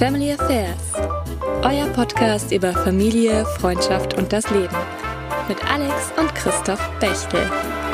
Family Affairs, euer Podcast über Familie, Freundschaft und das Leben. Mit Alex und Christoph Bechtel.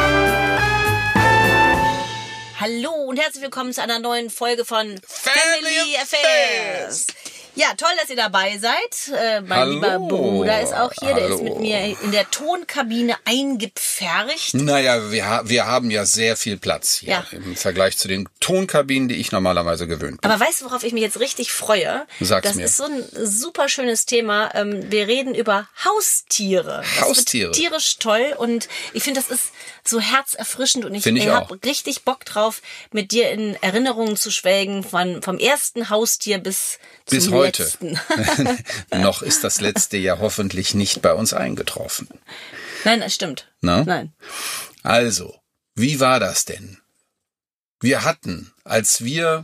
Hallo und herzlich willkommen zu einer neuen Folge von Family Affairs. Ja, toll, dass ihr dabei seid. Mein lieber Bruder ist auch hier. Der ist mit mir in der Tonkabine eingepfercht. Naja, wir haben ja sehr viel Platz hier im Vergleich zu den Tonkabinen, die ich normalerweise gewöhnt bin. Aber weißt du, worauf ich mich jetzt richtig freue? Sag's mir. Das ist so ein super schönes Thema. Wir reden über Haustiere. Haustiere. Das wird tierisch toll und ich finde, das ist so herzerfrischend und ich habe richtig Bock drauf, mit dir in Erinnerungen zu schwelgen vom ersten Haustier bis heute. Letzten. Noch ist das letzte ja hoffentlich nicht bei uns eingetroffen. Nein, das stimmt. Na? Nein. Also, wie war das denn? Wir hatten, als wir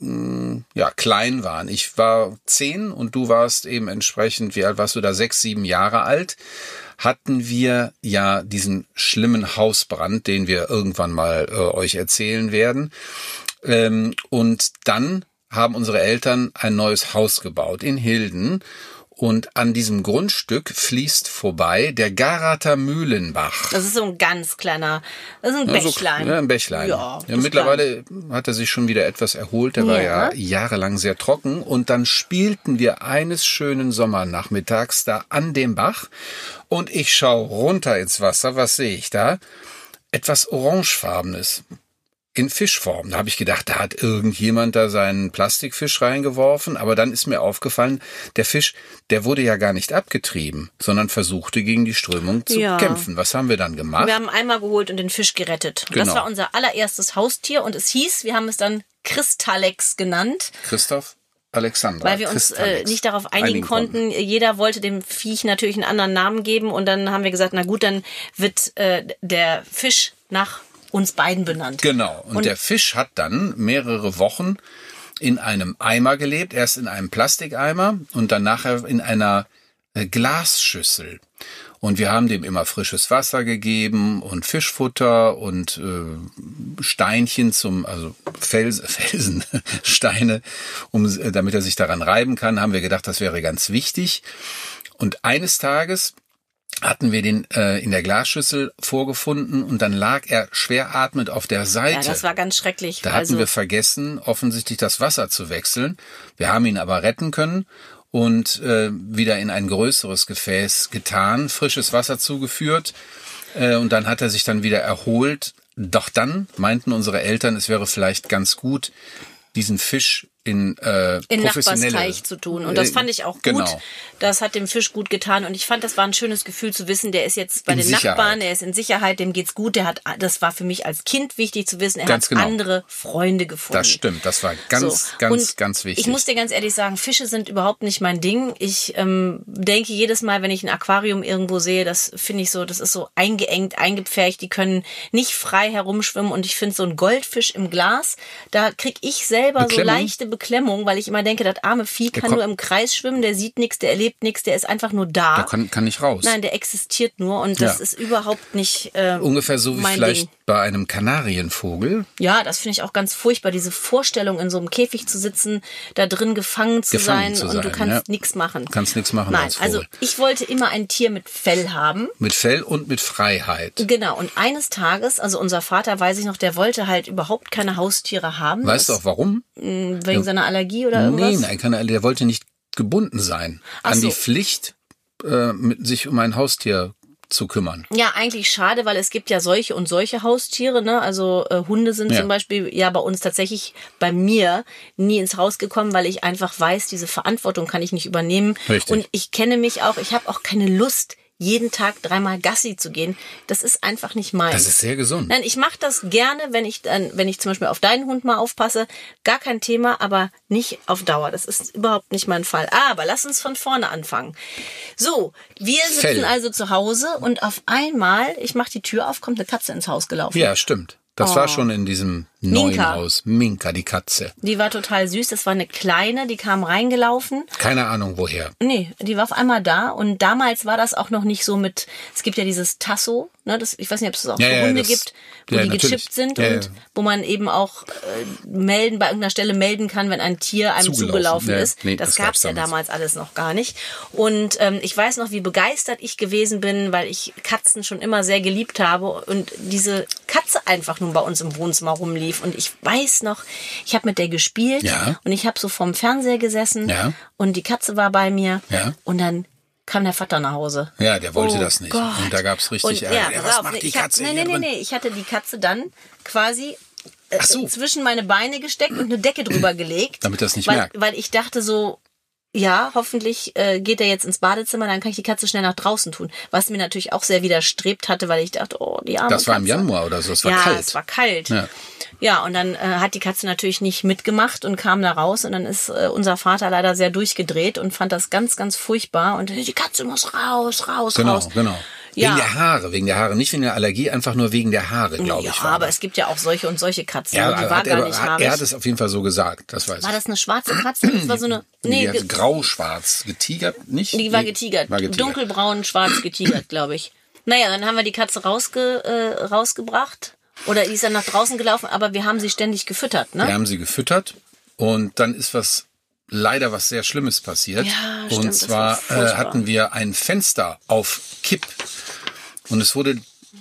klein waren, ich war 10 und du warst eben entsprechend, wie alt warst du da, 6, 7 Jahre alt, hatten wir ja diesen schlimmen Hausbrand, den wir irgendwann mal euch erzählen werden. Und dann haben unsere Eltern ein neues Haus gebaut in Hilden. Und an diesem Grundstück fließt vorbei der Garather Mühlenbach. Das ist so ein ganz kleiner, das ist ein Bächlein. Ein Bächlein. Ja, mittlerweile hat er sich schon wieder etwas erholt. Der war ja jahrelang sehr trocken. Und dann spielten wir eines schönen Sommernachmittags da an dem Bach. Und ich schaue runter ins Wasser. Was sehe ich da? Etwas Orangefarbenes. In Fischform. Da habe ich gedacht, da hat irgendjemand da seinen Plastikfisch reingeworfen. Aber dann ist mir aufgefallen, der Fisch, der wurde ja gar nicht abgetrieben, sondern versuchte gegen die Strömung zu kämpfen. Was haben wir dann gemacht? Wir haben einen Eimer geholt und den Fisch gerettet. Genau. Das war unser allererstes Haustier und es hieß, wir haben es dann Cristalex genannt. Christoph Alexandra. Weil wir uns nicht darauf einigen konnten. Jeder wollte dem Viech natürlich einen anderen Namen geben und dann haben wir gesagt, na gut, dann wird der Fisch nach uns beiden benannt. Genau. Und der Fisch hat dann mehrere Wochen in einem Eimer gelebt. Erst in einem Plastikeimer und dann nachher in einer Glasschüssel. Und wir haben dem immer frisches Wasser gegeben und Fischfutter und Steinchen also Felsen, Steine, damit er sich daran reiben kann, haben wir gedacht, das wäre ganz wichtig. Und eines Tages hatten wir den in der Glasschüssel vorgefunden und dann lag er schwer atmend auf der Seite. Ja, das war ganz schrecklich. Da hatten wir vergessen, offensichtlich das Wasser zu wechseln. Wir haben ihn aber retten können und wieder in ein größeres Gefäß getan, frisches Wasser zugeführt und dann hat er sich dann wieder erholt. Doch dann meinten unsere Eltern, es wäre vielleicht ganz gut, diesen Fisch in Nachbarsteich zu tun. Und das fand ich auch gut. Genau. Das hat dem Fisch gut getan. Und ich fand, das war ein schönes Gefühl zu wissen, der ist jetzt bei den Sicherheit. Nachbarn, der ist in Sicherheit, dem geht's gut. Das war für mich als Kind wichtig zu wissen, er hat andere Freunde gefunden. Das stimmt, das war ganz wichtig. Ich muss dir ganz ehrlich sagen, Fische sind überhaupt nicht mein Ding. Ich denke jedes Mal, wenn ich ein Aquarium irgendwo sehe, das finde ich so, das ist so eingeengt, eingepfercht, die können nicht frei herumschwimmen. Und ich finde so ein Goldfisch im Glas, da krieg ich selber so leichte Beklemmung, weil ich immer denke, das arme Vieh kann nur im Kreis schwimmen, der sieht nichts, der erlebt nichts, der ist einfach nur da. Der kann nicht raus. Nein, der existiert nur und das ist überhaupt nicht ungefähr so wie vielleicht Ding. Bei einem Kanarienvogel. Ja, das finde ich auch ganz furchtbar, diese Vorstellung, in so einem Käfig zu sitzen, da drin gefangen zu sein und du kannst nichts machen. Kannst nichts machen. Nein, als Vogel. also ich wollte immer ein Tier mit Fell haben. Mit Fell und mit Freiheit. Genau, und eines Tages, also unser Vater, weiß ich noch, der wollte halt überhaupt keine Haustiere haben. Weißt du auch warum? Wegen seiner Allergie oder irgendwas? Nein, der wollte nicht gebunden sein an die Pflicht, sich um ein Haustier zu kümmern. Ja, eigentlich schade, weil es gibt ja solche und solche Haustiere, ne? Also Hunde sind zum Beispiel bei uns tatsächlich bei mir nie ins Haus gekommen, weil ich einfach weiß, diese Verantwortung kann ich nicht übernehmen. Richtig. Und ich kenne mich auch, ich habe auch keine Lust, jeden Tag 3-mal Gassi zu gehen. Das ist einfach nicht meins. Das ist sehr gesund. Nein, ich mache das gerne, wenn ich zum Beispiel auf deinen Hund mal aufpasse. Gar kein Thema, aber nicht auf Dauer. Das ist überhaupt nicht mein Fall. Aber lass uns von vorne anfangen. So, wir sitzen also zu Hause und auf einmal, ich mache die Tür auf, kommt eine Katze ins Haus gelaufen. Ja, stimmt. Das war schon in diesem neuen Haus. Minka, die Katze. Die war total süß. Das war eine kleine, die kam reingelaufen. Keine Ahnung woher. Nee, die war auf einmal da. Und damals war das auch noch nicht so mit, es gibt ja dieses Tasso, ne, das, ich weiß nicht, ob es auch so Hunde gibt, wo die gechippt sind und wo man eben auch bei irgendeiner Stelle melden kann, wenn ein Tier einem zugelaufen ist. Nee, das gab's ja damals alles noch gar nicht. Und ich weiß noch, wie begeistert ich gewesen bin, weil ich Katzen schon immer sehr geliebt habe und diese Katze einfach nun bei uns im Wohnzimmer rumlief. Und ich weiß noch, ich habe mit der gespielt und ich habe so vorm Fernseher gesessen und die Katze war bei mir und dann kam der Vater nach Hause. Ja, der wollte das nicht. Gott. Und da gab's richtig Ärger. Was macht die Katze hier drin? Nee, ich hatte die Katze dann quasi zwischen meine Beine gesteckt und eine Decke drüber gelegt. Damit das nicht merkt. Weil ich dachte so, ja, hoffentlich geht er jetzt ins Badezimmer, dann kann ich die Katze schnell nach draußen tun. Was mir natürlich auch sehr widerstrebt hatte, weil ich dachte, oh, die arme Katze. Das war im Januar oder so, es war kalt. Ja, es war kalt. Ja, und dann hat die Katze natürlich nicht mitgemacht und kam da raus und dann ist unser Vater leider sehr durchgedreht und fand das ganz, ganz furchtbar und die Katze muss raus. Genau. Ja. Wegen der Haare, nicht wegen der Allergie, einfach nur wegen der Haare, glaube ich. Ja, aber es gibt ja auch solche und solche Katzen. Ja, die war gar nicht haarig. Er hat es auf jeden Fall so gesagt, das weiß ich. War das eine schwarze Katze? Das war so eine... Nee, die hat grau-schwarz, getigert, nicht? Die war getigert. Dunkelbraun, schwarz getigert, glaube ich. Naja, dann haben wir die Katze rausgebracht. Oder die ist dann nach draußen gelaufen, aber wir haben sie ständig gefüttert, ne? Wir haben sie gefüttert und dann ist leider was sehr Schlimmes passiert. Ja, stimmt, und zwar hatten wir ein Fenster auf Kipp und es wurde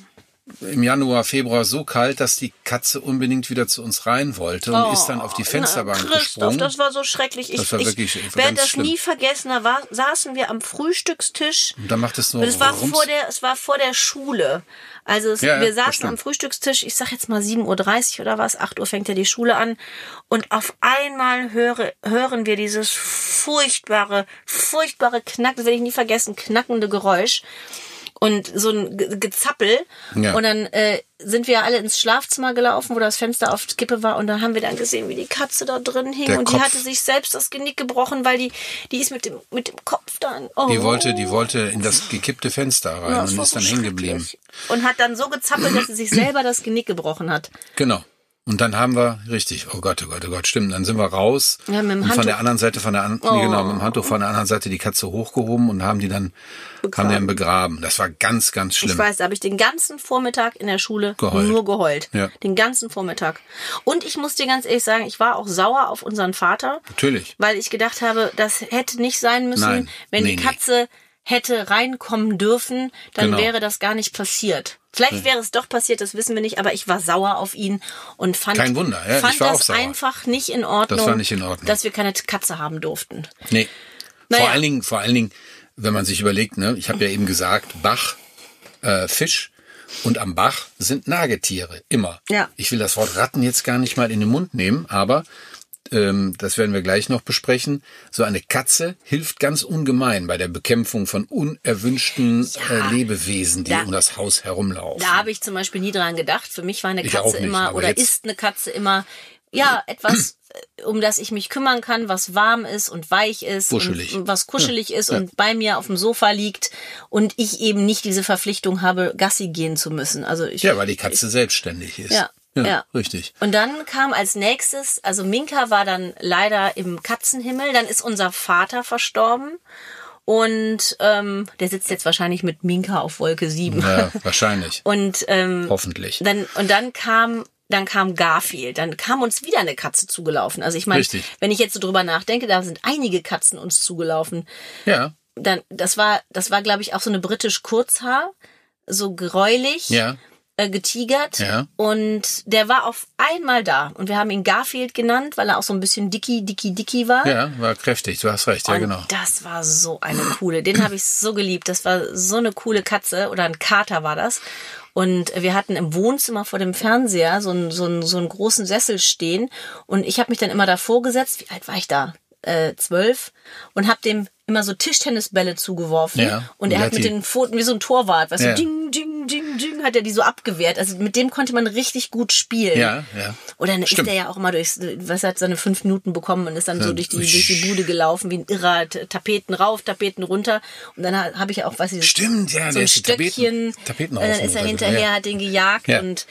im Januar, Februar so kalt, dass die Katze unbedingt wieder zu uns rein wollte und ist dann auf die Fensterbank gesprungen. Das war so schrecklich. Das war wirklich werde das nie vergessen. Da saßen wir am Frühstückstisch. Und da macht es nur es war vor der Schule. Also wir saßen am Frühstückstisch, ich sag jetzt mal 7:30 Uhr oder was, 8 Uhr fängt ja die Schule an. Und auf einmal hören wir dieses furchtbare Knacken, das werde ich nie vergessen, knackende Geräusch. Und so ein Gezappel. Ja. Und dann sind wir alle ins Schlafzimmer gelaufen, wo das Fenster auf Kippe war. Und dann haben wir dann gesehen, wie die Katze da drin hing. Und die hatte sich selbst das Genick gebrochen, weil die ist mit dem Kopf dann. Oh. Die wollte in das gekippte Fenster rein und ist dann hängen geblieben. Und hat dann so gezappelt, dass sie sich selber das Genick gebrochen hat. Genau. Und dann haben wir, richtig, oh Gott, stimmt, dann sind wir raus und von der anderen Seite, mit dem Handtuch von der anderen Seite die Katze hochgehoben und haben die dann begraben. Das war ganz, ganz schlimm. Ich weiß, da habe ich den ganzen Vormittag in der Schule nur geheult. Ja. Den ganzen Vormittag. Und ich muss dir ganz ehrlich sagen, ich war auch sauer auf unseren Vater. Natürlich. Weil ich gedacht habe, das hätte nicht sein müssen, wenn die Katze hätte reinkommen dürfen, dann wäre das gar nicht passiert. Vielleicht wäre es doch passiert, das wissen wir nicht, aber ich war sauer auf ihn und fand das einfach nicht in Ordnung, das war nicht in Ordnung, dass wir keine Katze haben durften. Nee. Naja. Vor allen Dingen, wenn man sich überlegt, ne, ich habe ja eben gesagt, Bach, Fisch und am Bach sind Nagetiere, immer. Ja. Ich will das Wort Ratten jetzt gar nicht mal in den Mund nehmen, aber das werden wir gleich noch besprechen. So eine Katze hilft ganz ungemein bei der Bekämpfung von unerwünschten Lebewesen, die um das Haus herumlaufen. Da habe ich zum Beispiel nie dran gedacht. Für mich war eine Katze ist eine Katze immer etwas, um das ich mich kümmern kann, was warm ist und weich ist und was kuschelig ist und bei mir auf dem Sofa liegt und ich eben nicht diese Verpflichtung habe, Gassi gehen zu müssen. Also weil die Katze selbstständig ist. Ja, richtig. Und dann kam als nächstes, also Minka war dann leider im Katzenhimmel, dann ist unser Vater verstorben und der sitzt jetzt wahrscheinlich mit Minka auf Wolke 7. Ja, wahrscheinlich. Und hoffentlich. Dann kam Garfield, dann kam uns wieder eine Katze zugelaufen. Also ich meine, wenn ich jetzt so drüber nachdenke, da sind einige Katzen uns zugelaufen. Ja. Das war glaube ich auch so eine britisch Kurzhaar, so gräulich. Ja. Getigert und der war auf einmal da und wir haben ihn Garfield genannt, weil er auch so ein bisschen dicky war. Ja, war kräftig, du hast recht, ja genau. Das war so eine coole, den habe ich so geliebt, das war so eine coole Katze oder ein Kater war das und wir hatten im Wohnzimmer vor dem Fernseher so einen großen Sessel stehen und ich habe mich dann immer davor gesetzt, wie alt war ich da? 12 und habe dem immer so Tischtennisbälle zugeworfen und er hat mit den Pfoten wie so ein Torwart, weißt du, ding, ding, ding, ding, hat er die so abgewehrt. Also mit dem konnte man richtig gut spielen. Ja. Und dann ist er ja auch immer hat seine 5 Minuten bekommen und ist dann so durch die Bude gelaufen, wie ein Irrer, Tapeten rauf, Tapeten runter. Und dann habe ich ja auch, Stimmt, so ein Stöckchen, Tapeten dann ist er hinterher, hat den gejagt und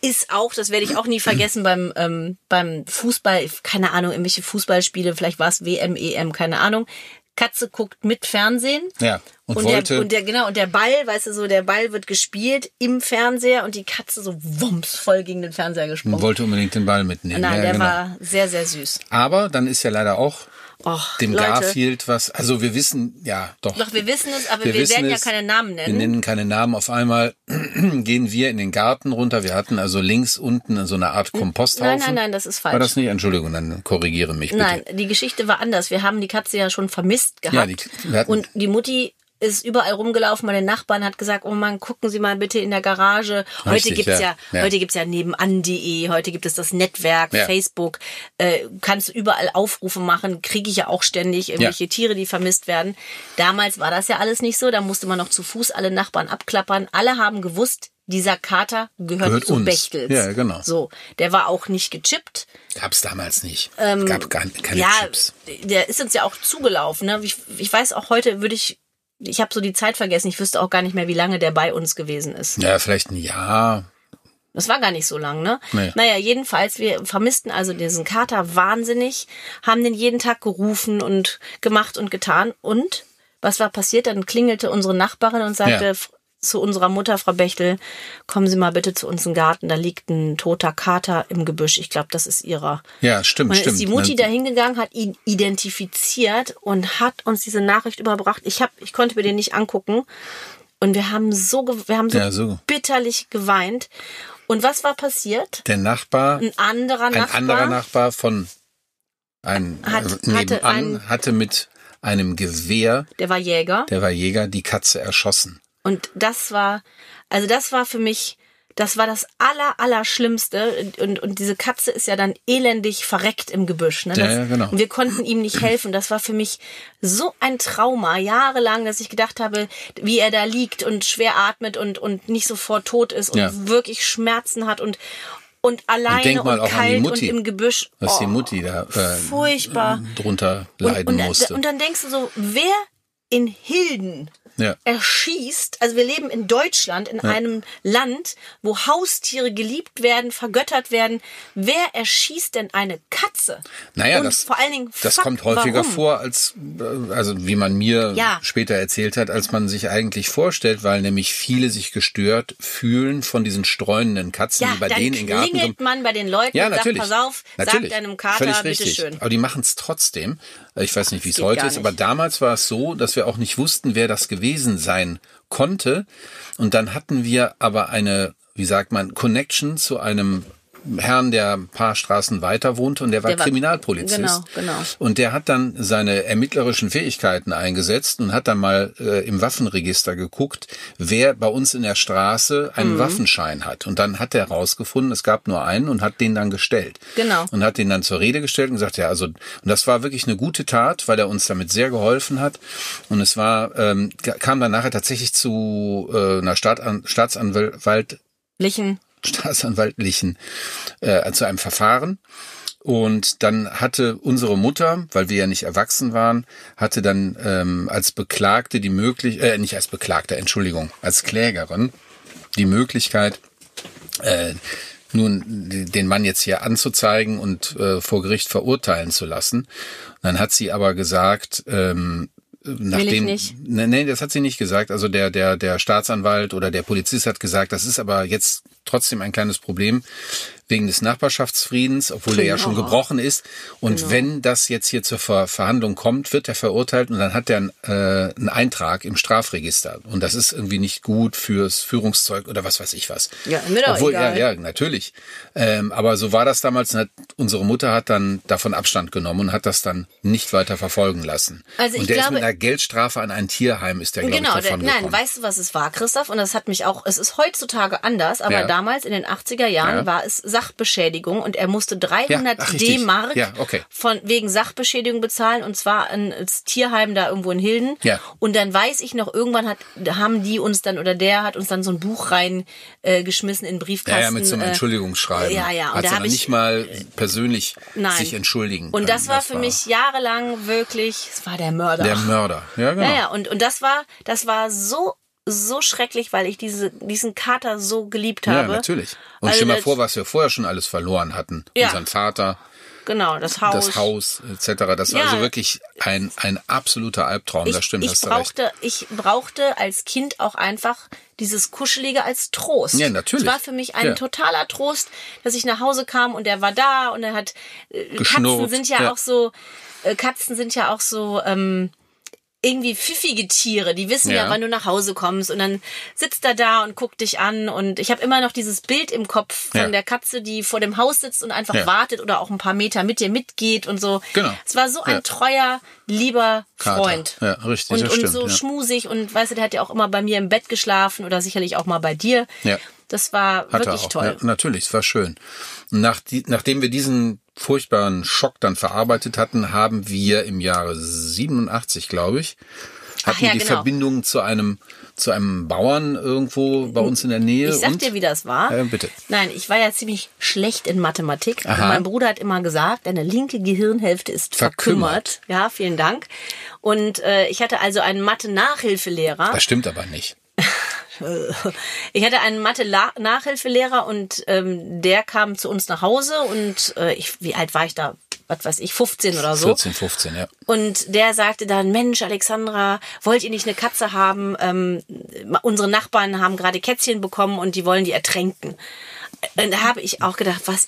ist auch, das werde ich auch nie vergessen, beim Fußball, keine Ahnung, irgendwelche Fußballspiele, vielleicht war es WM, EM, keine Ahnung. Katze guckt mit Fernsehen. Ja. Und der Ball, weißt du so, der Ball wird gespielt im Fernseher und die Katze so wumms voll gegen den Fernseher gesprungen. Und wollte unbedingt den Ball mitnehmen. Nein, ja, der genau. war sehr, sehr süß. Aber dann ist ja leider auch dem Leute. Garfield was, also wir wissen, ja, doch. Doch, wir wissen es, aber wir werden ja keine Namen nennen. Wir nennen keine Namen. Auf einmal gehen wir in den Garten runter. Wir hatten also links unten so eine Art Komposthaufen. Nein, das ist falsch. War das nicht? Entschuldigung, dann korrigiere mich bitte. Nein, die Geschichte war anders. Wir haben die Katze ja schon vermisst gehabt. Ja, und die Mutti ist überall rumgelaufen bei den Nachbarn, hat gesagt, oh Mann, gucken Sie mal bitte in der Garage. Heute gibt's ja nebenan.de, heute gibt es das Netzwerk, Facebook, kannst du überall Aufrufe machen, kriege ich ja auch ständig irgendwelche Tiere, die vermisst werden. Damals war das ja alles nicht so, da musste man noch zu Fuß alle Nachbarn abklappern. Alle haben gewusst, dieser Kater gehört zu uns. Bechtels. Ja, genau. So, der war auch nicht gechippt. Gab's damals nicht. Gab keine Chips. Der ist uns ja auch zugelaufen. Ne? Ich weiß auch heute ich habe so die Zeit vergessen. Ich wüsste auch gar nicht mehr, wie lange der bei uns gewesen ist. Ja, vielleicht ein Jahr. Das war gar nicht so lang, ne? Nee. Naja, jedenfalls, wir vermissten also diesen Kater wahnsinnig, haben den jeden Tag gerufen und gemacht und getan. Und was war passiert? Dann klingelte unsere Nachbarin und sagte zu unserer Mutter, Frau Bechtel, kommen Sie mal bitte zu uns in den Garten, da liegt ein toter Kater im Gebüsch. Ich glaube, das ist ihrer. Ja, stimmt. Und dann ist die Mutti da hingegangen, hat ihn identifiziert und hat uns diese Nachricht überbracht. Ich konnte mir den nicht angucken. Und wir haben so bitterlich geweint. Und was war passiert? Der Nachbar, ein anderer Nachbar von hatte mit einem Gewehr, der war Jäger, die Katze erschossen. Und das war für mich, das war das Allerschlimmste. Und diese Katze ist ja dann elendig verreckt im Gebüsch. Ne? Ja, genau. Und wir konnten ihm nicht helfen. Das war für mich so ein Trauma, jahrelang, dass ich gedacht habe, wie er da liegt und schwer atmet und nicht sofort tot ist und wirklich Schmerzen hat und alleine und kalt und im Gebüsch. Was die Mutti da furchtbar drunter leiden musste. Und dann denkst du so, wer in Hilden erschießt, also wir leben in Deutschland, in einem Land, wo Haustiere geliebt werden, vergöttert werden. Wer erschießt denn eine Katze? Naja, und vor allen Dingen, das kommt häufiger vor, also wie man mir Ja. später erzählt hat, als man sich eigentlich vorstellt, weil nämlich viele sich gestört fühlen von diesen streunenden Katzen, die bei dann denen in den Garten klingelt man bei den Leuten und sagt, pass auf, sag deinem Kater, bitteschön. Aber die machen es trotzdem. Ich weiß nicht, wie es geht heute gar ist, aber nicht. damals war es so, dass wir auch nicht wussten, wer das gewesen sein konnte. Und dann hatten wir aber eine, wie sagt man, Connection zu einem Herrn, der ein paar Straßen weiter wohnte und der war Kriminalpolizist. Genau. Und der hat dann seine ermittlerischen Fähigkeiten eingesetzt und hat dann mal im Waffenregister geguckt, wer bei uns in der Straße einen Waffenschein hat. Und dann hat er rausgefunden, es gab nur einen und hat den dann gestellt. Genau. Und hat den dann zur Rede gestellt und gesagt, und das war wirklich eine gute Tat, weil er uns damit sehr geholfen hat. Und es war, kam dann nachher tatsächlich zu einer staatsanwaltlichen zu einem Verfahren. Und dann hatte unsere Mutter, weil wir ja nicht erwachsen waren, hatte dann als Beklagte als Klägerin die Möglichkeit, nun den Mann jetzt hier anzuzeigen und vor Gericht verurteilen zu lassen. Und dann hat sie aber gesagt, Nee, das hat sie nicht gesagt. Also der Staatsanwalt oder der Polizist hat gesagt, das ist aber jetzt trotzdem ein kleines Problem wegen des Nachbarschaftsfriedens, obwohl der ja schon gebrochen ist. Und wenn das jetzt hier zur Verhandlung kommt, wird er verurteilt und dann hat er einen Eintrag im Strafregister. Und das ist irgendwie nicht gut fürs Führungszeug oder was weiß ich was. Ja, mir doch egal. Ja, natürlich. Aber so war das damals. Und unsere Mutter hat dann davon Abstand genommen und hat das dann nicht weiter verfolgen lassen. Also und der ist mit einer Geldstrafe an ein Tierheim, ist der, glaube ich, davon gekommen. Nein, weißt du, was es war, Christoph? Und das hat mich auch, es ist heutzutage anders, aber damals in den 80er Jahren war es Sachbeschädigung und er musste 300 D-Mark wegen Sachbeschädigung bezahlen und zwar ins Tierheim da irgendwo in Hilden. Ja. Und dann weiß ich noch, irgendwann haben die uns dann, oder der hat uns dann so ein Buch geschmissen in den Briefkasten. Ja, mit so einem Entschuldigungsschreiben. Ja. Und hat da sie habe aber nicht mal persönlich sich entschuldigen können. Und das war für mich jahrelang wirklich, es war der Mörder. Der Mörder, ja genau. Ja, und das war so so schrecklich, weil ich diesen Kater so geliebt habe. Ja, natürlich. Und Also stell mal vor, was wir vorher schon alles verloren hatten. Ja. Unseren Vater, Genau, das Haus etc. Das war Ja. also wirklich ein absoluter Albtraum. Das stimmt, hast du recht. Ich brauchte als Kind auch einfach dieses Kuschelige als Trost. Ja, natürlich. Es war für mich ein totaler Trost, dass ich nach Hause kam und er war da und er hat Geschnurrt. Katzen sind ja auch so irgendwie pfiffige Tiere, die wissen ja, wann du nach Hause kommst und dann sitzt er da und guckt dich an und ich habe immer noch dieses Bild im Kopf von der Katze, die vor dem Haus sitzt und einfach wartet oder auch ein paar Meter mit dir mitgeht und so. Genau. Es war so ein treuer, lieber Kater. Freund. Ja, richtig, das Und stimmt, so schmusig und weißt du, der hat ja auch immer bei mir im Bett geschlafen oder sicherlich auch mal bei dir. Ja. Das war Hat er wirklich auch. toll. Ja, natürlich, es war schön. Nachdem wir diesen furchtbaren Schock dann verarbeitet hatten, haben wir im Jahre 87, glaube ich, die Verbindung zu einem Bauern irgendwo bei uns in der Nähe. Ich sag dir, wie das war. Bitte. Nein, ich war ja ziemlich schlecht in Mathematik. Aha. Und mein Bruder hat immer gesagt, deine linke Gehirnhälfte ist verkümmert. Ja, vielen Dank. Und ich hatte also einen Mathe-Nachhilfelehrer. Das stimmt aber nicht. Ich hatte einen Mathe-Nachhilfelehrer und der kam zu uns nach Hause und wie alt war ich da? Was weiß ich, 15 oder so. 14, 15, ja. Und der sagte dann, Mensch, Alexandra, wollt ihr nicht eine Katze haben? Unsere Nachbarn haben gerade Kätzchen bekommen und die wollen die ertränken. Und da habe ich auch gedacht, was?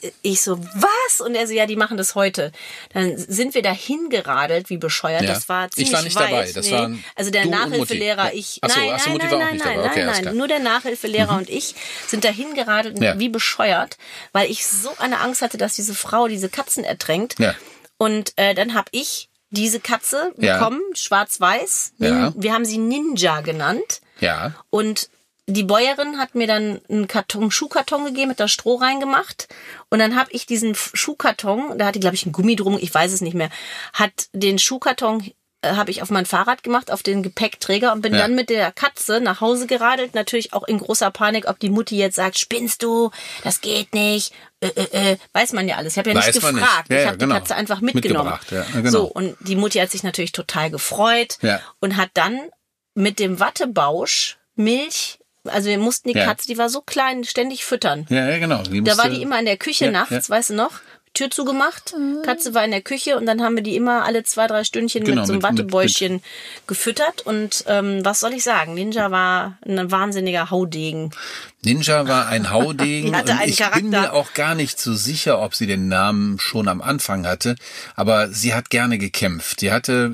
Und er so, ja, die machen das heute. Dann sind wir da hingeradelt, wie bescheuert. Ja. Das war ziemlich Ich war nicht weit. dabei. Das waren also der du und Nachhilfelehrer, Mutti. ich. Ach so, Mutti war auch nicht dabei. Okay, alles klar. Nur der Nachhilfelehrer und ich sind da hingeradelt wie bescheuert, weil ich so eine Angst hatte, dass diese Frau diese Katzen ertränkt. Ja. Und dann habe ich diese Katze bekommen, schwarz-weiß. Ja. Wir haben sie Ninja genannt. Ja. Und die Bäuerin hat mir dann einen Schuhkarton gegeben, mit da Stroh reingemacht. Und dann habe ich diesen Schuhkarton, da hatte, glaube ich, einen Gummi drum, ich weiß es nicht mehr, hat den Schuhkarton habe ich auf mein Fahrrad gemacht, auf den Gepäckträger und bin dann mit der Katze nach Hause geradelt. Natürlich auch in großer Panik, ob die Mutti jetzt sagt, spinnst du, das geht nicht. Weiß man ja alles. Ich habe ja nicht gefragt. Ja, ich habe die Katze einfach mitgenommen. Ja, genau. So, und die Mutti hat sich natürlich total gefreut und hat dann mit dem Wattebausch Milch, also wir mussten die Katze, die war so klein, ständig füttern. Ja, genau. Da war die immer in der Küche nachts, weißt du noch? Tür zugemacht, Katze war in der Küche und dann haben wir die immer alle 2-3 Stündchen mit so einem Wattebäuschen gefüttert und was soll ich sagen, Ninja war ein wahnsinniger Haudegen. Ninja war ein Haudegen hatte und einen ich Charakter. bin mir auch gar nicht so sicher, ob sie den Namen schon am Anfang hatte, aber sie hat gerne gekämpft. Ich hatte,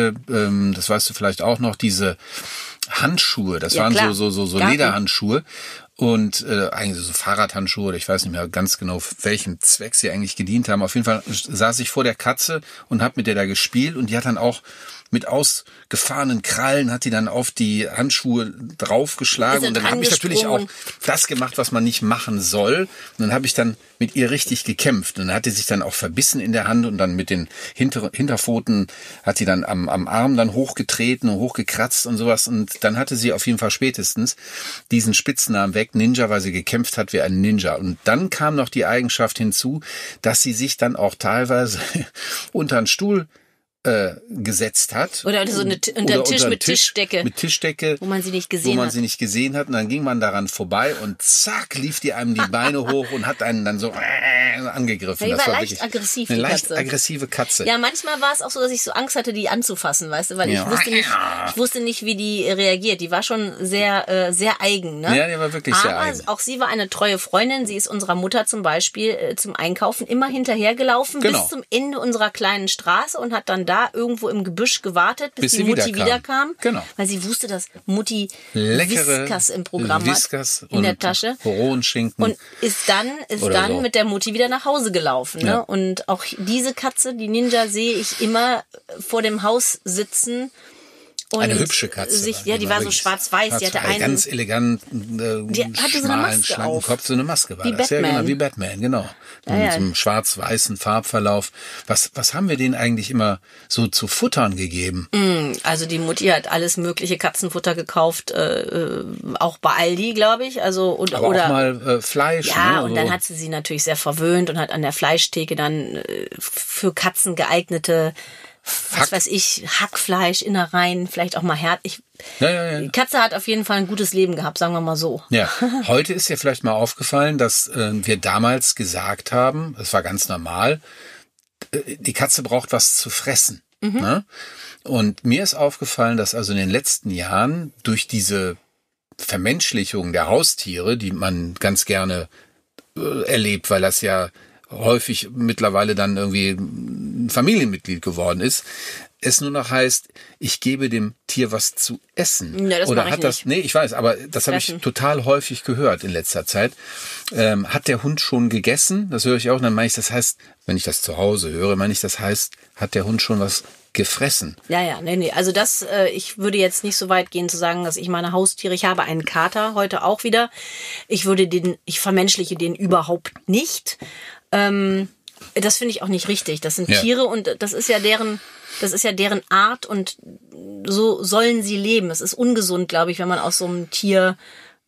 das weißt du vielleicht auch noch, diese Handschuhe, das waren klar. so Lederhandschuhe. Und eigentlich so Fahrradhandschuhe oder ich weiß nicht mehr ganz genau, für welchen Zweck sie eigentlich gedient haben. Auf jeden Fall saß ich vor der Katze und habe mit der da gespielt und die hat dann auch mit ausgefahrenen Krallen hat die dann auf die Handschuhe draufgeschlagen und dann habe ich natürlich auch das gemacht, was man nicht machen soll. Und dann habe ich dann mit ihr richtig gekämpft und dann hat die sich dann auch verbissen in der Hand und dann mit den Hinterpfoten hat sie dann am Arm dann hochgetreten und hochgekratzt und sowas und dann hatte sie auf jeden Fall spätestens diesen Spitznamen weg, Ninja, weil sie gekämpft hat wie ein Ninja. Und dann kam noch die Eigenschaft hinzu, dass sie sich dann auch teilweise unter einen Stuhl gesetzt hat. Oder so unter den Tisch mit Tischdecke. Mit Tischdecke. Wo man sie nicht gesehen hat. Und dann ging man daran vorbei und zack, lief die einem die Beine hoch und hat einen dann so angegriffen. Ja, das war leicht wirklich aggressiv, eine die leicht Katze. aggressive Katze. Ja, manchmal war es auch so, dass ich so Angst hatte, die anzufassen, weißt du, weil ich wusste nicht, wie die reagiert. Die war schon sehr, sehr eigen, ne? Ja, die war wirklich sehr eigen. Aber auch sie war eine treue Freundin. Sie ist unserer Mutter zum Beispiel zum Einkaufen immer hinterhergelaufen bis zum Ende unserer kleinen Straße und hat dann da irgendwo im Gebüsch gewartet, bis die Mutti wiederkam. Genau. Weil sie wusste, dass Mutti leckere Whiskas im Programm Whiskas hat, in der Tasche. Rohenschinken. Und ist dann so mit der Mutti wieder nach Hause gelaufen. Ne? Und auch diese Katze, die Ninja, sehe ich immer vor dem Haus sitzen. Und eine hübsche Katze. Die war so schwarz-weiß. Die hatte einen ganz elegant, die hatte so eine Maske schlanken auf. Kopf, so eine Maske war wie das. Batman. Ja, genau, wie Batman, genau. Mit so einem schwarz-weißen Farbverlauf. Was haben wir denen eigentlich immer so zu futtern gegeben? Also die Mutti hat alles mögliche Katzenfutter gekauft, auch bei Aldi, glaube ich. Also Aber auch mal Fleisch. Ja, ne? und dann hat sie natürlich sehr verwöhnt und hat an der Fleischtheke dann für Katzen geeignete was weiß ich, Hackfleisch, Innereien, vielleicht auch mal Herd. Die Katze hat auf jeden Fall ein gutes Leben gehabt, sagen wir mal so. Ja, heute ist dir vielleicht mal aufgefallen, dass wir damals gesagt haben, das war ganz normal, die Katze braucht was zu fressen. Ne? Und mir ist aufgefallen, dass also in den letzten Jahren durch diese Vermenschlichung der Haustiere, die man ganz gerne erlebt, weil das ja häufig mittlerweile dann irgendwie ein Familienmitglied geworden ist, es nur noch heißt, ich gebe dem Tier was zu essen. Ja, das oder mache hat ich das, nicht. nee, ich weiß, aber das habe ich total häufig gehört in letzter Zeit. Hat der Hund schon gegessen? Das höre ich auch. Und dann meine ich, das heißt, wenn ich das zu Hause höre, meine ich, das heißt, hat der Hund schon was gefressen? Ja, nee. Also ich würde jetzt nicht so weit gehen zu sagen, dass ich meine Haustiere, ich habe einen Kater heute auch wieder. Ich vermenschliche den überhaupt nicht. Das finde ich auch nicht richtig. Das sind Tiere und das ist ja deren Art und so sollen sie leben. Es ist ungesund, glaube ich, wenn man aus so einem Tier,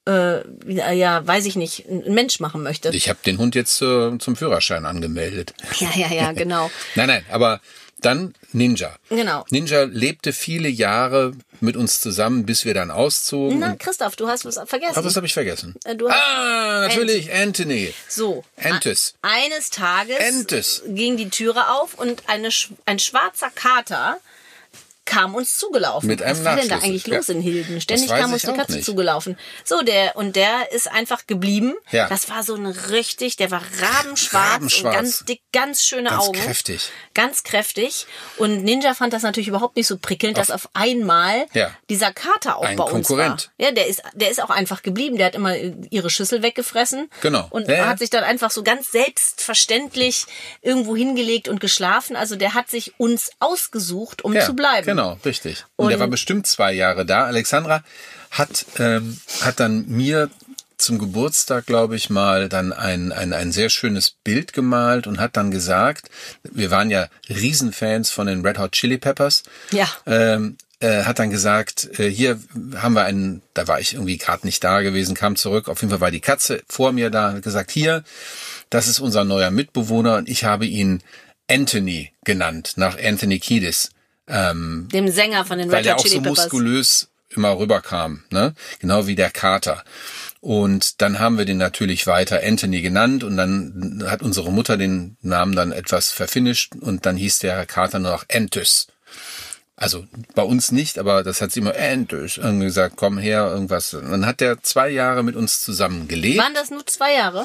weiß ich nicht, einen Mensch machen möchte. Ich habe den Hund jetzt zum Führerschein angemeldet. Ja, genau. Nein, aber dann Ninja. Genau. Ninja lebte viele Jahre mit uns zusammen, bis wir dann auszogen. Na, Christoph, du hast was vergessen. Aber was habe ich vergessen? Du hast natürlich, Anthony. So. Antis. Eines Tages ging die Türe auf und ein schwarzer Kater kam uns zugelaufen. Mit einem Was war denn da Nachschlüssel? eigentlich los in Hilden? Ständig Das weiß kam uns ich die auch Katze nicht. zugelaufen. So, der ist einfach geblieben. Ja. Das war so der war rabenschwarz und ganz dick, ganz schöne Ganz Augen. kräftig. Ganz kräftig. Und Ninja fand das natürlich überhaupt nicht so prickelnd, dass auf einmal dieser Kater auch Ein bei uns Konkurrent. war. Ja, der ist auch einfach geblieben. Der hat immer ihre Schüssel weggefressen. Genau. Und Ja. hat sich dann einfach so ganz selbstverständlich irgendwo hingelegt und geschlafen. Also der hat sich uns ausgesucht, um zu bleiben. Genau, richtig. Und der war bestimmt 2 Jahre da. Alexandra hat dann mir zum Geburtstag, glaube ich, mal dann ein sehr schönes Bild gemalt und hat dann gesagt, wir waren ja Riesenfans von den Red Hot Chili Peppers. Ja. Hat dann gesagt, hier haben wir da war ich irgendwie gerade nicht da gewesen, kam zurück, auf jeden Fall war die Katze vor mir da, hat gesagt, hier, das ist unser neuer Mitbewohner und ich habe ihn Anthony genannt, nach Anthony Kiedis. Dem Sänger von den Weil Red der Hot auch Chili so Peppers. muskulös immer rüberkam, ne? Genau wie der Kater. Und dann haben wir den natürlich weiter Anthony genannt und dann hat unsere Mutter den Namen dann etwas verfinisht und dann hieß der Kater nur noch Antis. Also bei uns nicht, aber das hat sie immer Antis irgendwie gesagt, komm her, irgendwas. Und dann hat der 2 Jahre mit uns zusammen gelebt. Waren das nur 2 Jahre?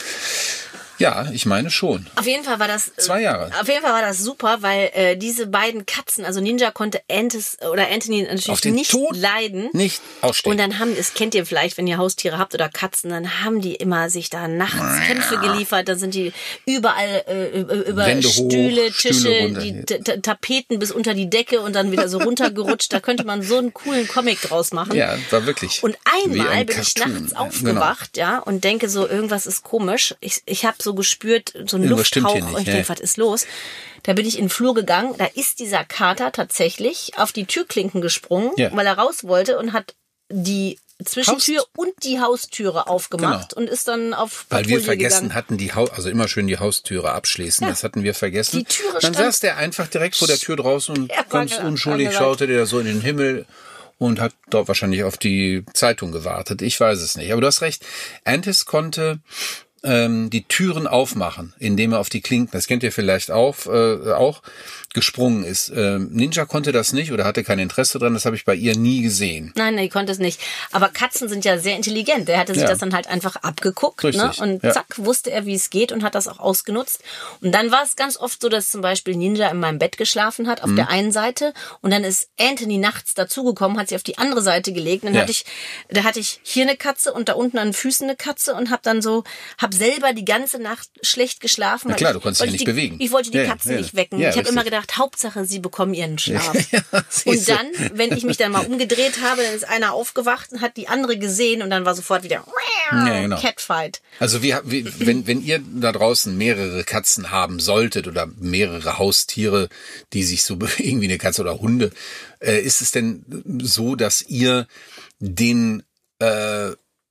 Ja, ich meine schon. Auf jeden Fall war das 2 Jahre. Auf jeden Fall war das super, weil diese beiden Katzen, also Ninja konnte Anthony natürlich Auf den nicht Tod leiden. nicht ausstehen. Und dann das kennt ihr vielleicht, wenn ihr Haustiere habt oder Katzen, dann haben die immer sich da nachts Kämpfe geliefert, dann sind die überall über Wände hoch, Stühle, Tische, Stühle runter. die Tapeten bis unter die Decke und dann wieder so runtergerutscht. Da könnte man so einen coolen Comic draus machen. Ja, war wirklich. Und wie einmal ein bin ich Cartoon. nachts Ja, aufgewacht, und denke so, irgendwas ist komisch. Ich habe so gespürt, so ein Irgendwas stimmt Lufthauch. hier nicht, Und ich ja. denke, was ist los? Da bin ich in den Flur gegangen. Da ist dieser Kater tatsächlich auf die Türklinken gesprungen, weil er raus wollte und hat die Zwischentür und die Haustüre aufgemacht und ist dann auf Weil Patrouille wir vergessen gegangen. hatten, also immer schön die Haustüre abschließen. Das hatten wir vergessen. Die Türe dann stand- saß der einfach direkt vor der Tür draußen und Ja, ganz war unschuldig angerannt. schaute der so in den Himmel und hat dort wahrscheinlich auf die Zeitung gewartet. Ich weiß es nicht. Aber du hast recht. Antis konnte die Türen aufmachen, indem er auf die Klinken, das kennt ihr vielleicht auch gesprungen ist. Ninja konnte das nicht oder hatte kein Interesse dran, das habe ich bei ihr nie gesehen. Nein, die konnte es nicht. Aber Katzen sind ja sehr intelligent. Der hatte sich das dann halt einfach abgeguckt. Richtig, Ne? Und ja. zack, wusste er, wie es geht und hat das auch ausgenutzt. Und dann war es ganz oft so, dass zum Beispiel Ninja in meinem Bett geschlafen hat, auf der einen Seite. Und dann ist Anthony nachts dazugekommen, hat sich auf die andere Seite gelegt. Und dann hatte ich hier eine Katze und da unten an den Füßen eine Katze und hab selber die ganze Nacht schlecht geschlafen. Na weil klar, ich- du konntest weil dich ich nicht die- bewegen. Ich wollte die Ja, Katzen ja. nicht wecken. Ja, ich habe richtig. immer gedacht, Hauptsache, sie bekommen ihren Schlaf. siehst Und du. dann, wenn ich mich dann mal umgedreht habe, dann ist einer aufgewacht und hat die andere gesehen und dann war sofort wieder Ja, genau. Catfight. Also wenn ihr da draußen mehrere Katzen haben solltet oder mehrere Haustiere, die sich so bewegen wie eine Katze oder Hunde, ist es denn so, dass ihr den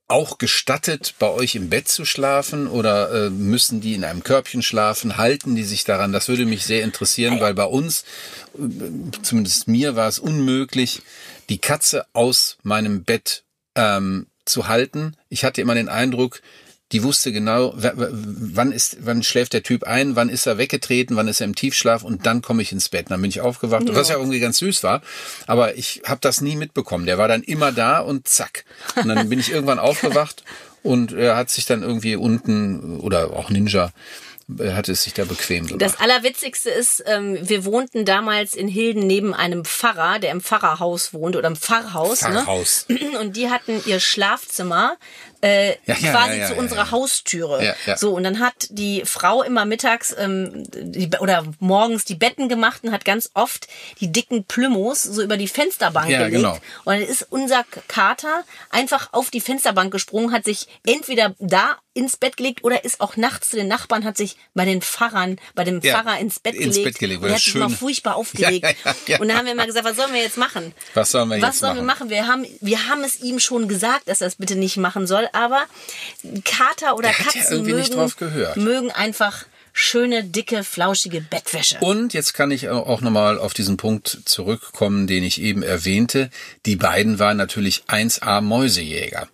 auch gestattet, bei euch im Bett zu schlafen oder müssen die in einem Körbchen schlafen? Halten die sich daran? Das würde mich sehr interessieren, weil bei uns, zumindest mir, war es unmöglich, die Katze aus meinem Bett zu halten. Ich hatte immer den Eindruck, die wusste genau, wann schläft der Typ ein, wann ist er weggetreten, wann ist er im Tiefschlaf und dann komme ich ins Bett. Dann bin ich aufgewacht, was ja irgendwie ganz süß war, aber ich habe das nie mitbekommen. Der war dann immer da und zack. Und dann bin ich irgendwann aufgewacht und er hat sich dann irgendwie unten, oder auch Ninja, hatte es sich da bequem gemacht. Das Allerwitzigste ist, wir wohnten damals in Hilden neben einem Pfarrer, der im Pfarrerhaus wohnte oder im Pfarrhaus. Pfarrhaus. Ne? Und die hatten ihr Schlafzimmer quasi zu unserer Haustüre. Ja, ja. So, und dann hat die Frau immer mittags oder morgens die Betten gemacht und hat ganz oft die dicken Plümos so über die Fensterbank gelegt. Genau. Und dann ist unser Kater einfach auf die Fensterbank gesprungen, hat sich entweder da ins Bett gelegt oder ist auch nachts zu den Nachbarn, hat sich bei dem Pfarrer ins Bett gelegt. Und hat sich mal furchtbar aufgeregt. Ja. Und dann haben wir immer gesagt, was sollen wir jetzt machen? Was sollen wir machen? Wir haben es ihm schon gesagt, dass er es bitte nicht machen soll, aber Kater oder Katzen mögen einfach schöne, dicke, flauschige Bettwäsche. Und jetzt kann ich auch nochmal auf diesen Punkt zurückkommen, den ich eben erwähnte. Die beiden waren natürlich 1A Mäusejäger.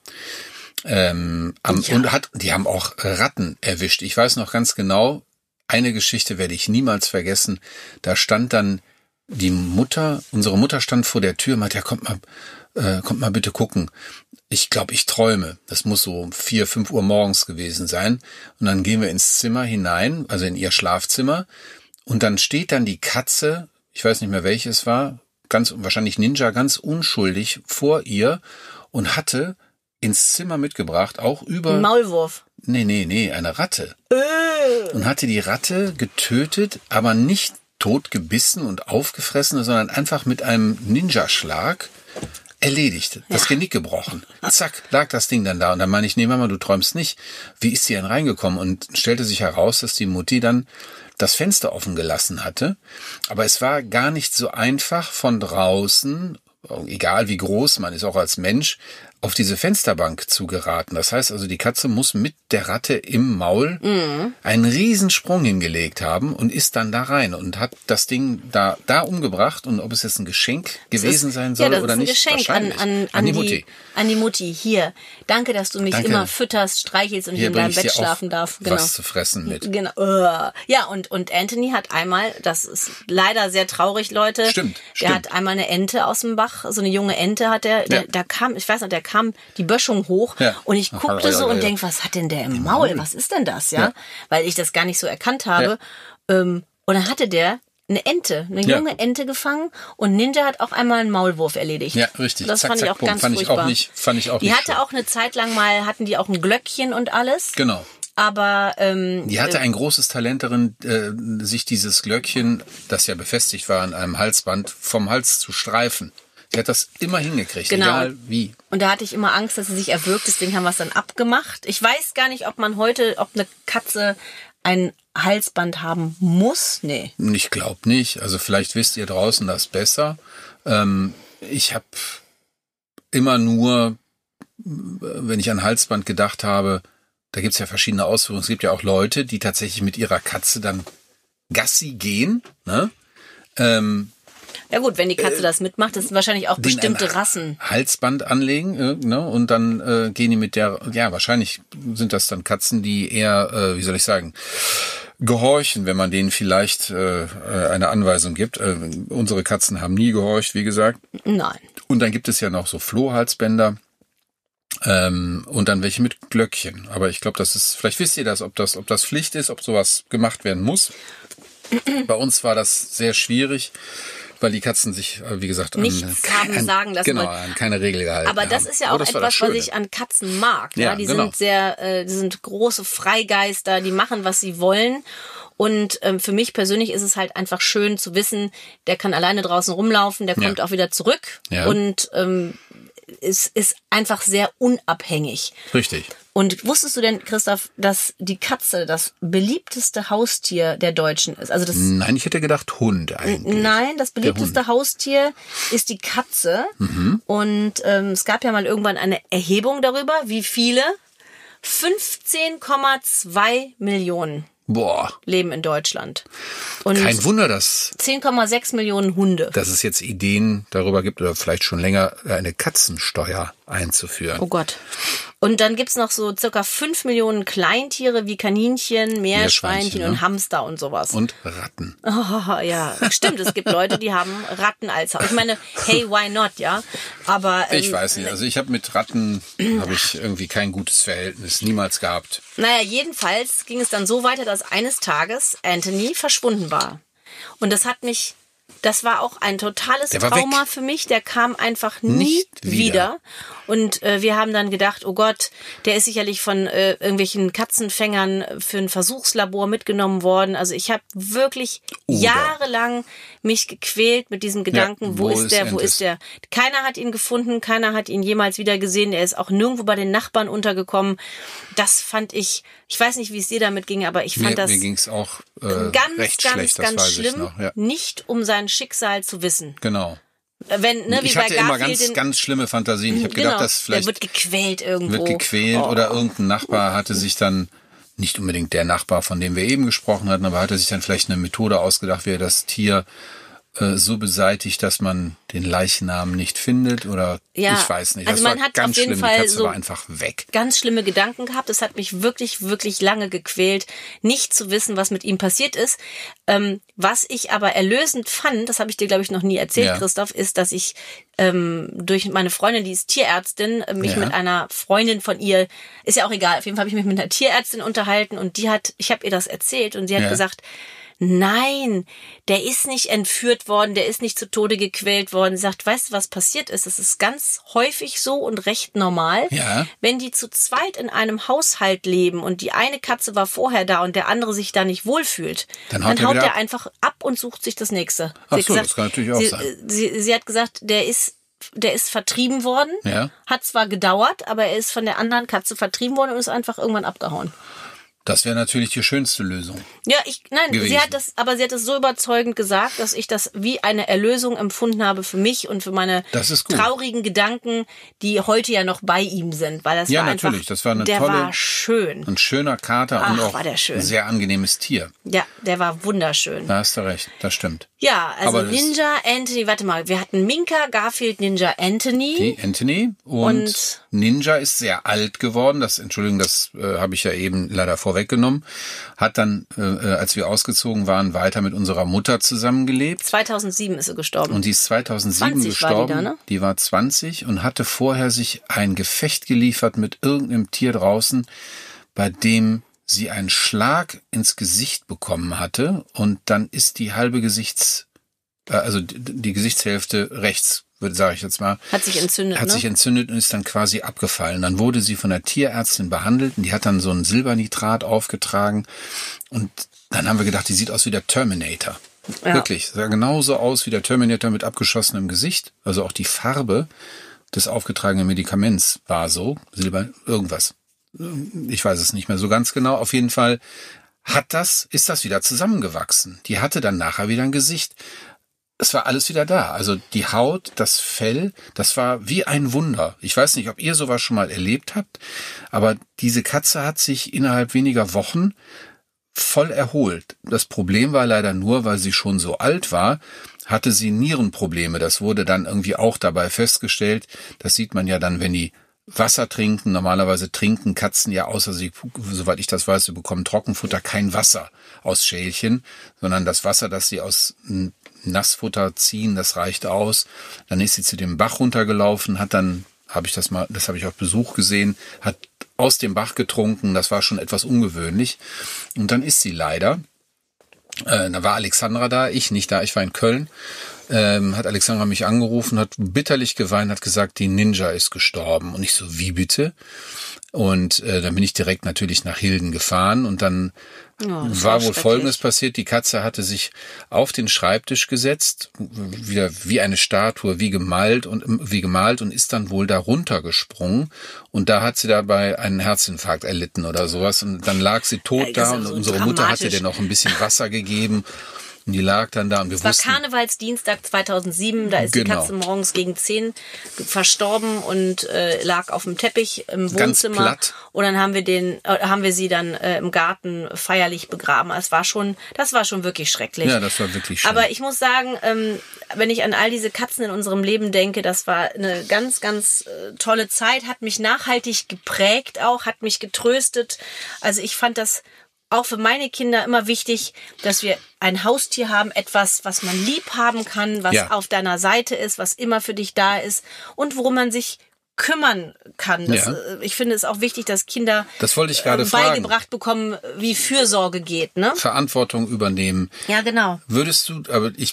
Und die haben auch Ratten erwischt. Ich weiß noch ganz genau, eine Geschichte werde ich niemals vergessen. Da stand dann unsere Mutter stand vor der Tür und meinte, ja, kommt mal bitte gucken. Ich glaube, ich träume. Das muss so 4, 5 Uhr morgens gewesen sein. Und dann gehen wir ins Zimmer hinein, also in ihr Schlafzimmer. Und dann steht dann die Katze, ich weiß nicht mehr welches war, wahrscheinlich Ninja, ganz unschuldig vor ihr und hatte ins Zimmer mitgebracht, auch über... Ein Maulwurf. Nee, eine Ratte. Und hatte die Ratte getötet, aber nicht tot gebissen und aufgefressen, sondern einfach mit einem Ninjaschlag erledigt. Das Genick gebrochen. Zack, lag das Ding dann da. Und dann meine ich, nee, Mama, du träumst nicht. Wie ist sie denn reingekommen? Und stellte sich heraus, dass die Mutti dann das Fenster offen gelassen hatte. Aber es war gar nicht so einfach von draußen, egal wie groß man ist, auch als Mensch, auf diese Fensterbank zu geraten. Das heißt also, die Katze muss mit der Ratte im Maul einen Riesensprung hingelegt haben und ist dann da rein und hat das Ding da umgebracht. Und ob es jetzt ein Geschenk gewesen sein soll oder nicht, wahrscheinlich. An die Mutti. An die Mutti. Hier, danke, dass du mich immer fütterst, streichelst und ich in deinem Bett schlafen darf. Genau. Was zu fressen mit. Genau. Ja, und Anthony hat einmal, das ist leider sehr traurig, Leute. Stimmt. Der hat einmal eine Ente aus dem Bach, so eine junge Ente hat der kam, ich weiß noch, der kam die Böschung hoch und ich guckte so und denk, was hat denn der im Maul? Was ist denn das, ja? Weil ich das gar nicht so erkannt habe. Und dann hatte der eine junge Ente gefangen und Ninja hat auch einmal einen Maulwurf erledigt. Ja, richtig. Das fand ich auch ganz furchtbar. Fand ich auch die nicht hatte auch eine Zeit lang mal, hatten die auch ein Glöckchen und alles. Genau. Aber die hatte ein großes Talent darin, sich dieses Glöckchen, das ja befestigt war an einem Halsband, vom Hals zu streifen. Sie hat das immer hingekriegt, egal wie. Und da hatte ich immer Angst, dass sie sich erwürgt. Deswegen haben wir es dann abgemacht. Ich weiß gar nicht, ob eine Katze ein Halsband haben muss. Nee. Ich glaube nicht. Also vielleicht wisst ihr draußen das besser. Ich habe immer nur, wenn ich an Halsband gedacht habe, da gibt's ja verschiedene Ausführungen. Es gibt ja auch Leute, die tatsächlich mit ihrer Katze dann Gassi gehen, ne? Ja gut, wenn die Katze das mitmacht, das sind wahrscheinlich auch bestimmte Rassen. Halsband anlegen, ne? Und dann gehen die mit wahrscheinlich sind das dann Katzen, die eher, gehorchen, wenn man denen vielleicht eine Anweisung gibt. Unsere Katzen haben nie gehorcht, wie gesagt. Nein. Und dann gibt es ja noch so Flohhalsbänder und dann welche mit Glöckchen. Aber ich glaube, vielleicht wisst ihr das, ob das Pflicht ist, ob sowas gemacht werden muss. Bei uns war das sehr schwierig, weil die Katzen sich, wie gesagt, sagen lassen. Genau, an keine Regel gehalten haben. Aber das ist ja auch etwas, was ich an Katzen mag. Ja, die sind die sind große Freigeister, die machen, was sie wollen. Und für mich persönlich ist es halt einfach schön zu wissen, der kann alleine draußen rumlaufen, der kommt auch wieder zurück. Ja. Und es ist einfach sehr unabhängig. Richtig. Und wusstest du denn, Christoph, dass die Katze das beliebteste Haustier der Deutschen ist? Also das Nein, ich hätte gedacht Hund eigentlich. Nein, das beliebteste Haustier ist die Katze. Und es gab ja mal irgendwann eine Erhebung darüber, wie viele 15,2 Millionen Boah. leben in Deutschland. Und Kein Wunder, dass 10,6 Millionen Hunde. es jetzt Ideen darüber gibt oder vielleicht schon länger eine Katzensteuer einzuführen. Oh Gott. Und dann gibt's noch so circa 5 Millionen Kleintiere wie Kaninchen, Meerschweinchen und Hamster und sowas. Und Ratten. Oh, ja, stimmt. Es gibt Leute, die haben Ratten als Haustier. Ich meine, hey, why not, ja? Aber Ich weiß nicht. Also ich habe mit Ratten irgendwie kein gutes Verhältnis, niemals gehabt. Naja, jedenfalls ging es dann so weiter, dass eines Tages Anthony verschwunden war. Und das war auch ein totales Trauma für mich. Der kam einfach nie Nicht wieder. Und wir haben dann gedacht, oh Gott, der ist sicherlich von irgendwelchen Katzenfängern für ein Versuchslabor mitgenommen worden. Also ich habe wirklich jahrelang mich gequält mit diesem Gedanken, wo ist der? Keiner hat ihn gefunden, keiner hat ihn jemals wieder gesehen. Er ist auch nirgendwo bei den Nachbarn untergekommen. Das fand ich weiß nicht, wie es dir damit ging, aber ich fand das mir ging's auch ganz schlecht, das weiß schlimm, ich noch. Ja. nicht um sein Schicksal zu wissen. Genau. Wie ich bei hatte immer Garfield ganz schlimme Fantasien. Ich habe gedacht, dass vielleicht der wird gequält irgendwo. Oder irgendein Nachbar hatte sich dann, nicht unbedingt der Nachbar, von dem wir eben gesprochen hatten, aber hatte sich dann vielleicht eine Methode ausgedacht, wie er das Tier so beseitigt, dass man den Leichnam nicht findet oder ich weiß nicht. Also das man war hat ganz auf jeden schlimm. Fall Die Katze so war einfach weg. Ganz schlimme Gedanken gehabt. Das hat mich wirklich, wirklich lange gequält, nicht zu wissen, was mit ihm passiert ist. Was ich aber erlösend fand, das habe ich dir, glaube ich, noch nie erzählt, Christoph, ist, dass ich durch meine Freundin, die ist Tierärztin, mich mit einer Freundin von ihr, ist ja auch egal, auf jeden Fall habe ich mich mit einer Tierärztin unterhalten und ich habe ihr das erzählt und sie hat gesagt, nein, der ist nicht entführt worden, der ist nicht zu Tode gequält worden. Sie sagt, weißt du, was passiert ist? Das ist ganz häufig so und recht normal. Ja. Wenn die zu zweit in einem Haushalt leben und die eine Katze war vorher da und der andere sich da nicht wohlfühlt, dann haut er einfach ab und sucht sich das nächste. Ach so, das kann natürlich auch sein. Sie hat gesagt, der ist vertrieben worden, hat zwar gedauert, aber er ist von der anderen Katze vertrieben worden und ist einfach irgendwann abgehauen. Das wäre natürlich die schönste Lösung. Ja, sie hat das so überzeugend gesagt, dass ich das wie eine Erlösung empfunden habe für mich und für meine traurigen Gedanken, die heute ja noch bei ihm sind, weil das war natürlich, einfach, das war eine der war schön. Ein schöner Kater und auch ein sehr angenehmes Tier. Ja, der war wunderschön. Da hast du recht, das stimmt. Ja, also Ninja, Anthony, warte mal, wir hatten Minka, Garfield, Ninja, Anthony. Und Ninja ist sehr alt geworden, das habe ich ja eben leider vorweggenommen, hat dann, als wir ausgezogen waren, weiter mit unserer Mutter zusammengelebt. 2007 ist sie gestorben. Und die ist 2007 gestorben. War die da, ne? Die war 20 und hatte vorher sich ein Gefecht geliefert mit irgendeinem Tier draußen, bei dem sie einen Schlag ins Gesicht bekommen hatte und dann ist die halbe die Gesichtshälfte rechts, sage ich jetzt mal, hat sich entzündet und ist dann quasi abgefallen. Dann wurde sie von der Tierärztin behandelt und die hat dann so ein Silbernitrat aufgetragen und dann haben wir gedacht, die sieht aus wie der Terminator. Ja. Wirklich, sah genauso aus wie der Terminator mit abgeschossenem Gesicht. Also auch die Farbe des aufgetragenen Medikaments war so, irgendwas. Ich weiß es nicht mehr so ganz genau. Auf jeden Fall ist das wieder zusammengewachsen. Die hatte dann nachher wieder ein Gesicht. Es war alles wieder da. Also die Haut, das Fell, das war wie ein Wunder. Ich weiß nicht, ob ihr sowas schon mal erlebt habt, aber diese Katze hat sich innerhalb weniger Wochen voll erholt. Das Problem war leider nur, weil sie schon so alt war, hatte sie Nierenprobleme. Das wurde dann irgendwie auch dabei festgestellt. Das sieht man ja dann, wenn die Wasser trinken. Normalerweise trinken Katzen ja außer sie, soweit ich das weiß, sie bekommen Trockenfutter, kein Wasser aus Schälchen, sondern das Wasser, das sie aus Nassfutter ziehen, das reicht aus. Dann ist sie zu dem Bach runtergelaufen, das habe ich auf Besuch gesehen, hat aus dem Bach getrunken, das war schon etwas ungewöhnlich. Und dann ist sie leider, da war Alexandra da, ich nicht da, ich war in Köln, hat Alexandra mich angerufen, hat bitterlich geweint, hat gesagt, die Ninja ist gestorben. Und ich so, wie bitte? Und dann bin ich direkt natürlich nach Hilden gefahren und dann war wohl Folgendes passiert. Die Katze hatte sich auf den Schreibtisch gesetzt, wieder wie eine Statue, wie gemalt und ist dann wohl da runtergesprungen. Und da hat sie dabei einen Herzinfarkt erlitten oder sowas. Und dann lag sie tot da und so unsere Mutter hatte der noch ein bisschen Wasser gegeben. Und die lag dann da und wir wussten... Es war Karnevalsdienstag 2007, da ist die Katze morgens gegen 10 verstorben und lag auf dem Teppich im Wohnzimmer. Ganz platt. Und dann haben wir sie dann im Garten feierlich begraben. Das war schon wirklich schrecklich. Ja, das war wirklich schön. Aber ich muss sagen, wenn ich an all diese Katzen in unserem Leben denke, das war eine ganz, ganz tolle Zeit, hat mich nachhaltig geprägt auch, hat mich getröstet. Also ich fand das auch für meine Kinder immer wichtig, dass wir ein Haustier haben, etwas, was man lieb haben kann, was auf deiner Seite ist, was immer für dich da ist und worum man sich kümmern kann. Ich finde es auch wichtig, dass Kinder das wollte ich gerade beigebracht bekommen, wie Fürsorge geht. Ne? Verantwortung übernehmen. Ja, genau. Würdest du, aber ich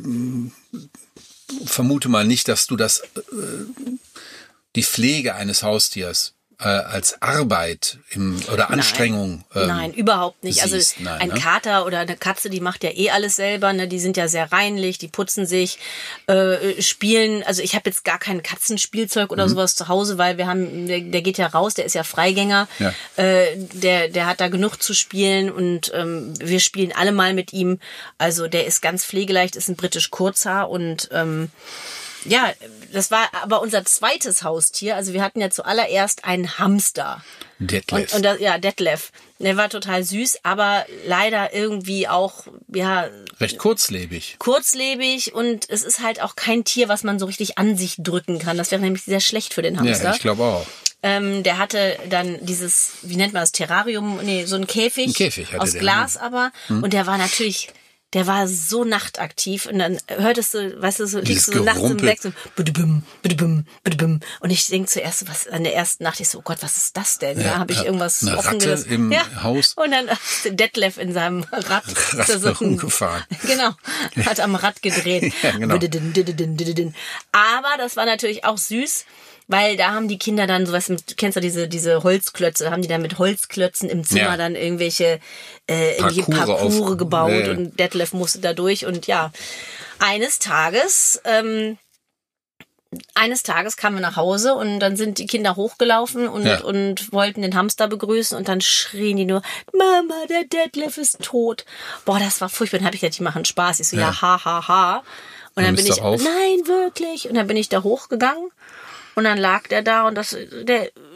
vermute mal nicht, dass du die Pflege eines Haustiers als Arbeit oder Anstrengung Nein, überhaupt nicht. Siehst. Also ein Kater oder eine Katze, die macht ja alles selber. Ne? Die sind ja sehr reinlich, die putzen sich, spielen. Also ich habe jetzt gar kein Katzenspielzeug oder sowas zu Hause, weil wir haben, der geht ja raus, der ist ja Freigänger. Ja. Der hat da genug zu spielen und wir spielen alle mal mit ihm. Also der ist ganz pflegeleicht, ist ein britisch Kurzhaar und ja, das war aber unser zweites Haustier. Also wir hatten ja zuallererst einen Hamster. Detlef. Detlef. Der war total süß, aber leider irgendwie auch, recht kurzlebig. Kurzlebig und es ist halt auch kein Tier, was man so richtig an sich drücken kann. Das wäre nämlich sehr schlecht für den Hamster. Ja, ich glaube auch. Der hatte dann dieses, wie nennt man das, Terrarium? Nee, so ein Käfig. Ein Käfig hatte aus der. Glas aber. Und der war natürlich... Der war so nachtaktiv und dann hörtest du, weißt du, so liegst du so nachts im Bett so budubum, budubum, budubum. Und ich denke zuerst, was an der ersten Nacht, ich so, oh Gott, was ist das denn? Da habe ich irgendwas eine offen Ratte gelassen. im Haus. Und dann Detlef in seinem Rad rumgefahren. Genau, hat am Rad gedreht. Ja, genau. Aber das war natürlich auch süß. Weil da haben die Kinder dann sowas, du kennst ja diese Holzklötze, haben die dann mit Holzklötzen im Zimmer dann irgendwelche Parcours gebaut und Detlef musste da durch und ja, eines Tages kamen wir nach Hause und dann sind die Kinder hochgelaufen und wollten den Hamster begrüßen und dann schrien die nur, Mama, der Detlef ist tot. Boah, das war furchtbar. Dann habe ich gesagt, die machen Spaß. Ich so, ha, ha, ha. Und dann bin ich, nein, wirklich. Und dann bin ich da hochgegangen. Und dann lag der da und die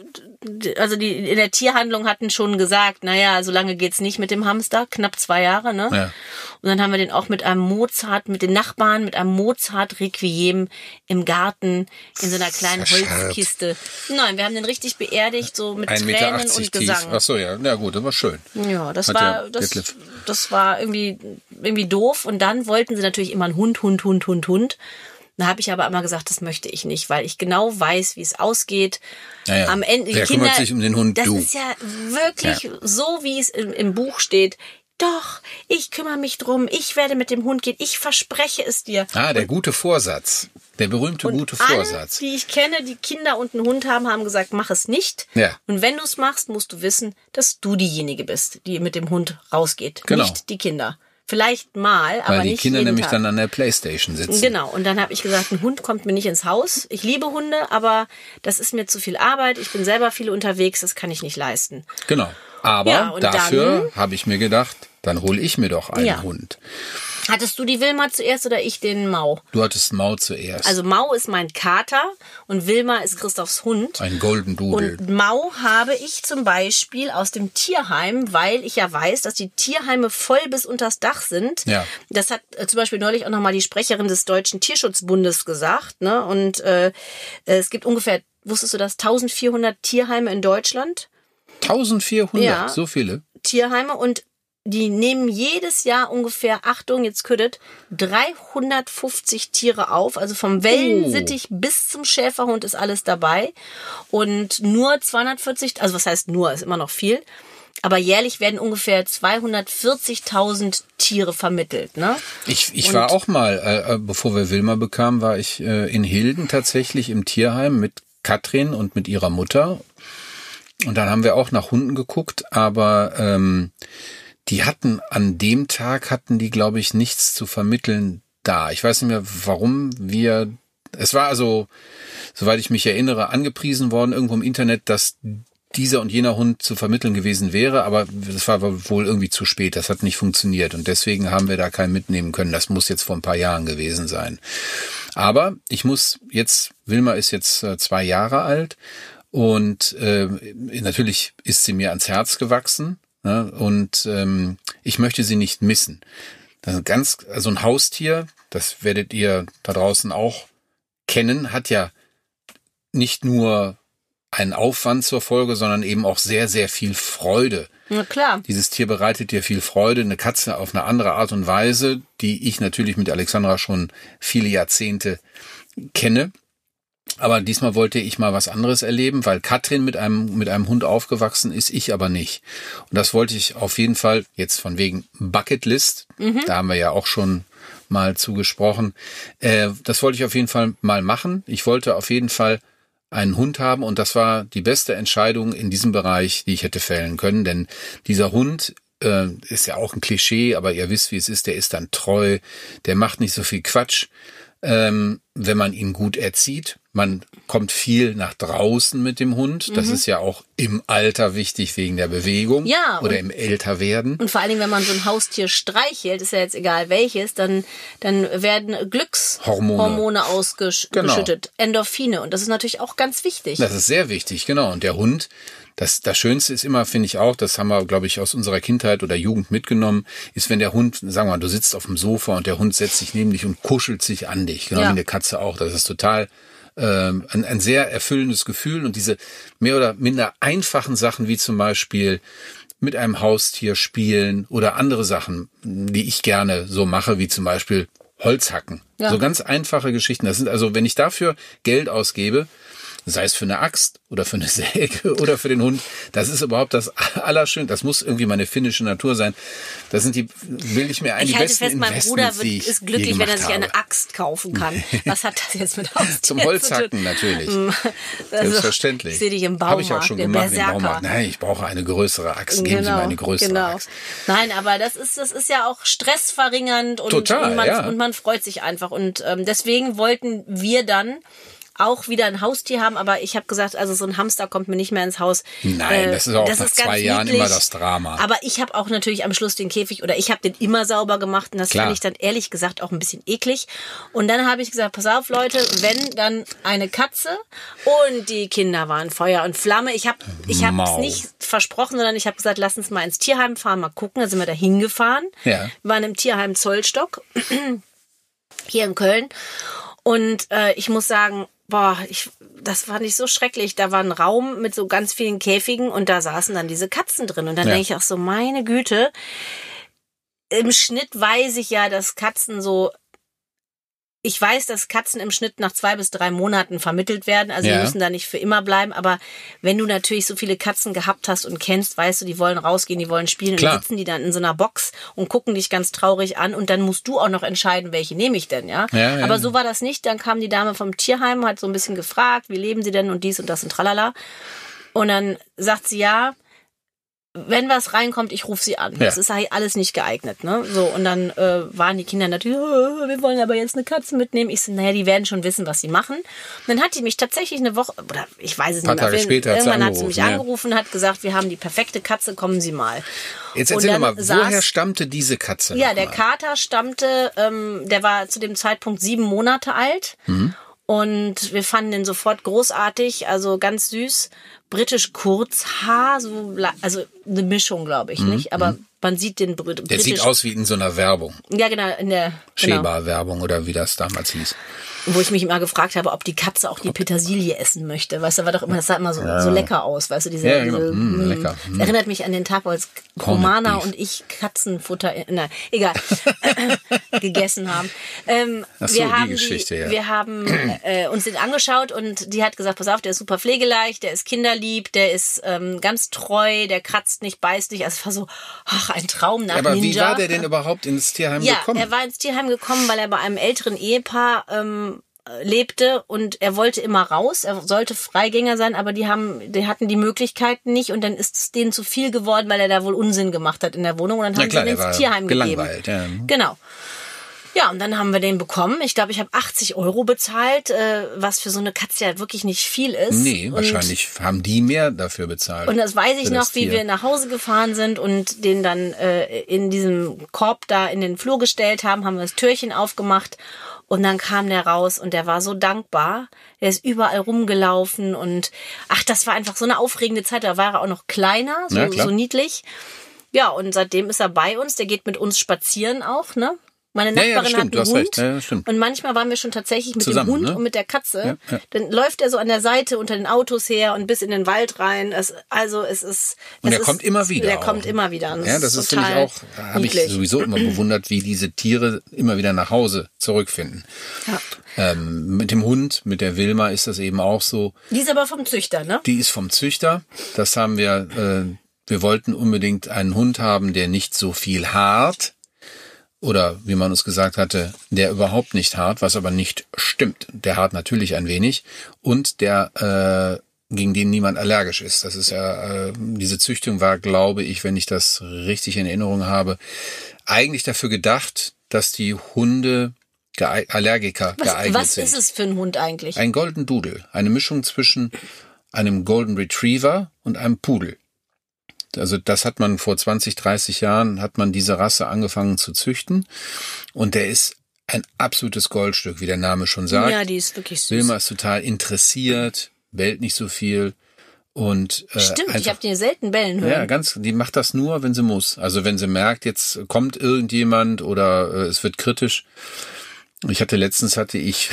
in der Tierhandlung hatten schon gesagt, naja, so lange geht's nicht mit dem Hamster, knapp 2 Jahre, ne? Ja. Und dann haben wir den auch mit den Nachbarn, mit einem Mozart-Requiem im Garten in so einer kleinen Holzkiste. Nein, wir haben den richtig beerdigt, so mit Tränen und Gesang. Ach so, ja, na gut, das war schön. Ja, das war irgendwie doof und dann wollten sie natürlich immer einen Hund. Da habe ich aber immer gesagt, das möchte ich nicht, weil ich genau weiß, wie es ausgeht. Ja. Am Ende, wer kümmert sich um den Hund? Das ist ja wirklich so, wie es im Buch steht. Doch, ich kümmere mich drum, ich werde mit dem Hund gehen, ich verspreche es dir. Der gute Vorsatz, der berühmte gute Vorsatz. Alle, die ich kenne, die Kinder und einen Hund haben gesagt, mach es nicht. Ja. Und wenn du es machst, musst du wissen, dass du diejenige bist, die mit dem Hund rausgeht, nicht die Kinder. Vielleicht mal, aber nicht jeden Tag. Weil die Kinder nämlich dann an der Playstation sitzen. Genau, und dann habe ich gesagt, ein Hund kommt mir nicht ins Haus. Ich liebe Hunde, aber das ist mir zu viel Arbeit. Ich bin selber viel unterwegs, das kann ich nicht leisten. Genau, aber dafür habe ich mir gedacht, dann hole ich mir doch einen Hund. Hattest du die Wilma zuerst oder ich den Mau? Du hattest Mau zuerst. Also Mau ist mein Kater und Wilma ist Christophs Hund. Ein Golden Doodle. Und Mau habe ich zum Beispiel aus dem Tierheim, weil ich ja weiß, dass die Tierheime voll bis unters Dach sind. Ja. Das hat zum Beispiel neulich auch nochmal die Sprecherin des Deutschen Tierschutzbundes gesagt. Ne? Und es gibt ungefähr, wusstest du das, 1400 Tierheime in Deutschland? 1400? Ja, so viele? Tierheime und die nehmen jedes Jahr ungefähr, Achtung, jetzt küttet, 350 Tiere auf. Also vom Wellensittich bis zum Schäferhund ist alles dabei. Und nur 240, also was heißt nur, ist immer noch viel. Aber jährlich werden ungefähr 240.000 Tiere vermittelt, ne? Ich war auch mal, bevor wir Wilma bekamen, war ich in Hilden tatsächlich im Tierheim mit Katrin und mit ihrer Mutter. Und dann haben wir auch nach Hunden geguckt, aber die hatten an dem Tag, glaube ich, nichts zu vermitteln da. Ich weiß nicht mehr, warum es war also, soweit ich mich erinnere, angepriesen worden irgendwo im Internet, dass dieser und jener Hund zu vermitteln gewesen wäre, aber das war wohl irgendwie zu spät, das hat nicht funktioniert und deswegen haben wir da keinen mitnehmen können. Das muss jetzt vor ein paar Jahren gewesen sein. Aber Wilma ist jetzt 2 Jahre alt und natürlich ist sie mir ans Herz gewachsen, ne? Und ich möchte sie nicht missen. Also ein Haustier, das werdet ihr da draußen auch kennen, hat ja nicht nur einen Aufwand zur Folge, sondern eben auch sehr, sehr viel Freude. Na klar. Dieses Tier bereitet dir viel Freude, eine Katze auf eine andere Art und Weise, die ich natürlich mit Alexandra schon viele Jahrzehnte kenne. Aber diesmal wollte ich mal was anderes erleben, weil Katrin mit einem Hund aufgewachsen ist, ich aber nicht. Und das wollte ich auf jeden Fall, jetzt von wegen Bucketlist, da haben wir ja auch schon mal zugesprochen, das wollte ich auf jeden Fall mal machen. Ich wollte auf jeden Fall einen Hund haben und das war die beste Entscheidung in diesem Bereich, die ich hätte fällen können, denn dieser Hund ist ja auch ein Klischee, aber ihr wisst, wie es ist, der ist dann treu, der macht nicht so viel Quatsch, wenn man ihn gut erzieht. Man kommt viel nach draußen mit dem Hund. Das ist ja auch im Alter wichtig wegen der Bewegung oder im Älterwerden. Und vor allen Dingen, wenn man so ein Haustier streichelt, ist ja jetzt egal welches, dann werden Glückshormone ausgeschüttet, Endorphine. Und das ist natürlich auch ganz wichtig. Das ist sehr wichtig, genau. Und der Hund, das Schönste ist immer, finde ich auch, das haben wir, glaube ich, aus unserer Kindheit oder Jugend mitgenommen, ist, wenn der Hund, sagen wir mal, du sitzt auf dem Sofa und der Hund setzt sich neben dich und kuschelt sich an dich. Genau wie eine Katze auch. Das ist total ein sehr erfüllendes Gefühl und diese mehr oder minder einfachen Sachen wie zum Beispiel mit einem Haustier spielen oder andere Sachen, die ich gerne so mache, wie zum Beispiel Holz hacken. Ja. So ganz einfache Geschichten. Das sind also, wenn ich dafür Geld ausgebe, sei es für eine Axt oder für eine Säge oder für den Hund, das ist überhaupt das Allerschönste. Das muss irgendwie meine finnische Natur sein. Das sind die besten fest, mein Bruder ist glücklich, wenn er sich eine Axt kaufen kann. Was hat das jetzt mit Haustieren zum Holzhacken natürlich. Selbstverständlich. Ich sehe dich im Baumarkt. Habe ich auch schon gemacht im Baumarkt. Nein, ich brauche eine größere Axt. Geben Sie mir eine größere Axt. Nein, aber das ist ja auch stressverringernd und, total, und man freut sich einfach. Und deswegen wollten wir dann auch wieder ein Haustier haben, aber ich habe gesagt, also so ein Hamster kommt mir nicht mehr ins Haus. Nein, das ist auch nach 2 Jahren immer das Drama. Aber ich habe auch natürlich am Schluss den Käfig oder ich habe den immer sauber gemacht und das fand ich dann ehrlich gesagt auch ein bisschen eklig. Und dann habe ich gesagt, pass auf Leute, wenn dann eine Katze und die Kinder waren Feuer und Flamme. Ich habe es nicht versprochen, sondern ich habe gesagt, lass uns mal ins Tierheim fahren, mal gucken. Da sind wir da hingefahren. Ja. Wir waren im Tierheim Zollstock hier in Köln und ich muss sagen, das fand ich so schrecklich. Da war ein Raum mit so ganz vielen Käfigen und da saßen dann diese Katzen drin. Und dann denke ich auch so, meine Güte, im Schnitt weiß ich ja, dass Katzen so... Ich weiß, dass Katzen im Schnitt nach 2 bis 3 Monaten vermittelt werden. Also die müssen da nicht für immer bleiben. Aber wenn du natürlich so viele Katzen gehabt hast und kennst, weißt du, die wollen rausgehen, die wollen spielen. Und dann sitzen die dann in so einer Box und gucken dich ganz traurig an. Und dann musst du auch noch entscheiden, welche nehme ich denn, ja? Aber so war das nicht. Dann kam die Dame vom Tierheim, hat so ein bisschen gefragt, wie leben sie denn und dies und das und tralala. Und dann sagt sie, wenn was reinkommt, ich rufe sie an. Das ist halt alles nicht geeignet, ne? So, und dann waren die Kinder natürlich, wir wollen aber jetzt eine Katze mitnehmen. Ich so, naja, die werden schon wissen, was sie machen. Und dann hat die mich tatsächlich eine Woche, oder ich weiß es nicht mehr, irgendwann hat sie mich angerufen, hat gesagt, wir haben die perfekte Katze, kommen Sie mal. Jetzt erzähl mal, woher stammte diese Katze? Ja, der Kater stammte, der war zu dem Zeitpunkt 7 Monate alt. Und wir fanden den sofort großartig, also ganz süß. Britisch Kurzhaar, also eine Mischung, glaube ich, nicht? Aber man sieht den Der sieht aus wie in so einer Werbung. Ja, genau, in der Schäber-Werbung oder wie das damals hieß. Wo ich mich immer gefragt habe, ob die Katze auch die Petersilie essen möchte. Weißt du, das sah immer so lecker aus. Weißt du, lecker. Das erinnert mich an den Tag, als Romana und ich Katzenfutter, egal, gegessen haben. Wir haben uns den angeschaut und die hat gesagt, pass auf, der ist super pflegeleicht, der ist kinderlieb, der ist ganz treu, der kratzt nicht, beißt nicht. Also es war so, ein Traum nach Aber Ninja. wie war der denn überhaupt ins Tierheim gekommen? Ja, er war ins Tierheim gekommen, weil er bei einem älteren Ehepaar lebte und er wollte immer raus. Er sollte Freigänger sein, aber die hatten die Möglichkeiten nicht und dann ist es denen zu viel geworden, weil er da wohl Unsinn gemacht hat in der Wohnung und dann haben sie ihn ins Tierheim gegeben. Ja. Genau. Ja, und dann haben wir den bekommen. Ich glaube, ich habe 80 € bezahlt, was für so eine Katze ja wirklich nicht viel ist. Nee, wahrscheinlich haben die mehr dafür bezahlt. Und das weiß ich noch, wie wir nach Hause gefahren sind und den dann in diesem Korb da in den Flur gestellt haben wir das Türchen aufgemacht und dann kam der raus und der war so dankbar. Der ist überall rumgelaufen und das war einfach so eine aufregende Zeit. Da war er auch noch kleiner, so niedlich. Ja, und seitdem ist er bei uns. Der geht mit uns spazieren auch, ne? Meine Nachbarin hat einen Hund und manchmal waren wir schon tatsächlich mit dem Hund und mit der Katze. Ja. Dann läuft er so an der Seite unter den Autos her und bis in den Wald rein. Und er kommt immer wieder. Er kommt immer wieder. Ja, das ist finde ich auch, habe ich sowieso immer bewundert, wie diese Tiere immer wieder nach Hause zurückfinden. Ja. Mit dem Hund, mit der Wilma ist das eben auch so. Die ist aber vom Züchter, ne? Die ist vom Züchter. Das haben wir, wir wollten unbedingt einen Hund haben, der nicht so viel haart. Oder wie man uns gesagt hatte, der überhaupt nicht hart, was aber nicht stimmt. Der hart natürlich ein wenig und der gegen den niemand allergisch ist. Das ist ja, diese Züchtung war, glaube ich, wenn ich das richtig in Erinnerung habe, eigentlich dafür gedacht, dass die Hunde Allergiker geeignet sind. Was ist es für ein Hund eigentlich? Ein Golden Doodle, eine Mischung zwischen einem Golden Retriever und einem Pudel. Also das hat man vor 20, 30 Jahren, hat man diese Rasse angefangen zu züchten und der ist ein absolutes Goldstück, wie der Name schon sagt. Ja, die ist wirklich süß. Wilma ist total interessiert, bellt nicht so viel und stimmt, ich habe die selten bellen hören. Ja, die macht das nur, wenn sie muss. Also wenn sie merkt, jetzt kommt irgendjemand oder es wird kritisch. Letztens hatte ich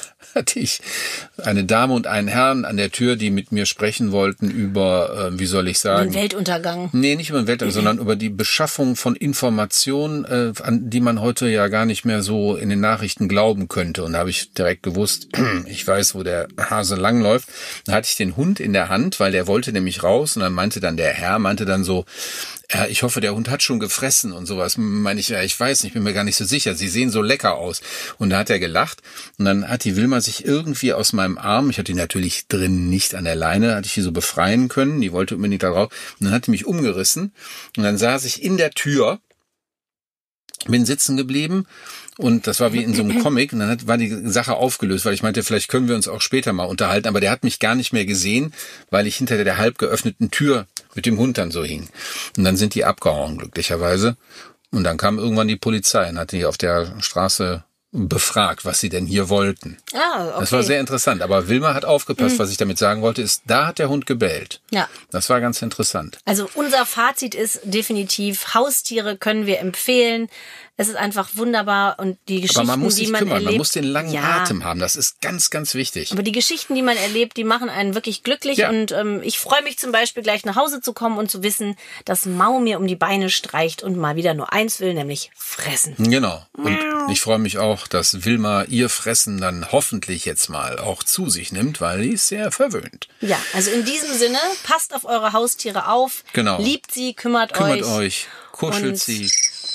eine Dame und einen Herrn an der Tür, die mit mir sprechen wollten über, wie soll ich sagen? Den Weltuntergang. Nee, nicht über den Weltuntergang, sondern über die Beschaffung von Informationen, an die man heute ja gar nicht mehr so in den Nachrichten glauben könnte. Und da habe ich direkt gewusst, ich weiß, wo der Hase langläuft. Da hatte ich den Hund in der Hand, weil der wollte nämlich raus. Und dann meinte der Herr so, ich hoffe, der Hund hat schon gefressen und sowas. Meine ich, ich weiß nicht, ich bin mir gar nicht so sicher. Sie sehen so lecker aus. Und da hat er gelacht. Und dann hat die Wilma sich irgendwie aus meinem Arm, ich hatte ihn natürlich drin, nicht an der Leine, hatte ich die so befreien können. Die wollte unbedingt da drauf. Und dann hat die mich umgerissen. Und dann saß ich in der Tür, bin sitzen geblieben. Und das war wie in so einem Comic. Und dann war die Sache aufgelöst, weil ich meinte, vielleicht können wir uns auch später mal unterhalten. Aber der hat mich gar nicht mehr gesehen, weil ich hinter der halb geöffneten Tür mit dem Hund dann so hing. Und dann sind die abgehauen, glücklicherweise. Und dann kam irgendwann die Polizei und hat die auf der Straße befragt, was sie denn hier wollten. Okay. Das war sehr interessant. Aber Wilma hat aufgepasst, was ich damit sagen wollte, ist, da hat der Hund gebellt. Ja. Das war ganz interessant. Also unser Fazit ist definitiv, Haustiere können wir empfehlen. Es ist einfach wunderbar und die Geschichten, aber man muss sich die man kümmern, erlebt, man muss den langen Atem haben, das ist ganz, ganz wichtig. Aber die Geschichten, die man erlebt, die machen einen wirklich glücklich und ich freue mich zum Beispiel gleich nach Hause zu kommen und zu wissen, dass Mau mir um die Beine streicht und mal wieder nur eins will, nämlich fressen. Genau. Und ich freue mich auch, dass Wilma ihr Fressen dann hoffentlich jetzt mal auch zu sich nimmt, weil die ist sehr verwöhnt. Ja, also in diesem Sinne, passt auf eure Haustiere auf, liebt sie, kümmert euch, kuschelt sie.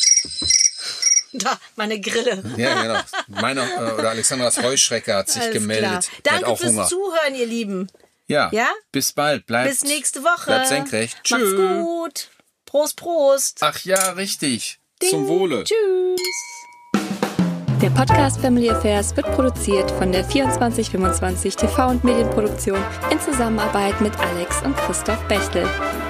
Da, meine Grille. Ja, genau. Oder Alexandras Heuschrecke hat sich gemeldet. Danke fürs Zuhören, ihr Lieben. Ja? Bis bald. Bis nächste Woche. Bleibt senkrecht. Tschüss. Macht's gut. Prost, Prost. Ach ja, richtig. Ding. Zum Wohle. Tschüss. Der Podcast Family Affairs wird produziert von der 2425 TV und Medienproduktion in Zusammenarbeit mit Alex und Christoph Bechtel.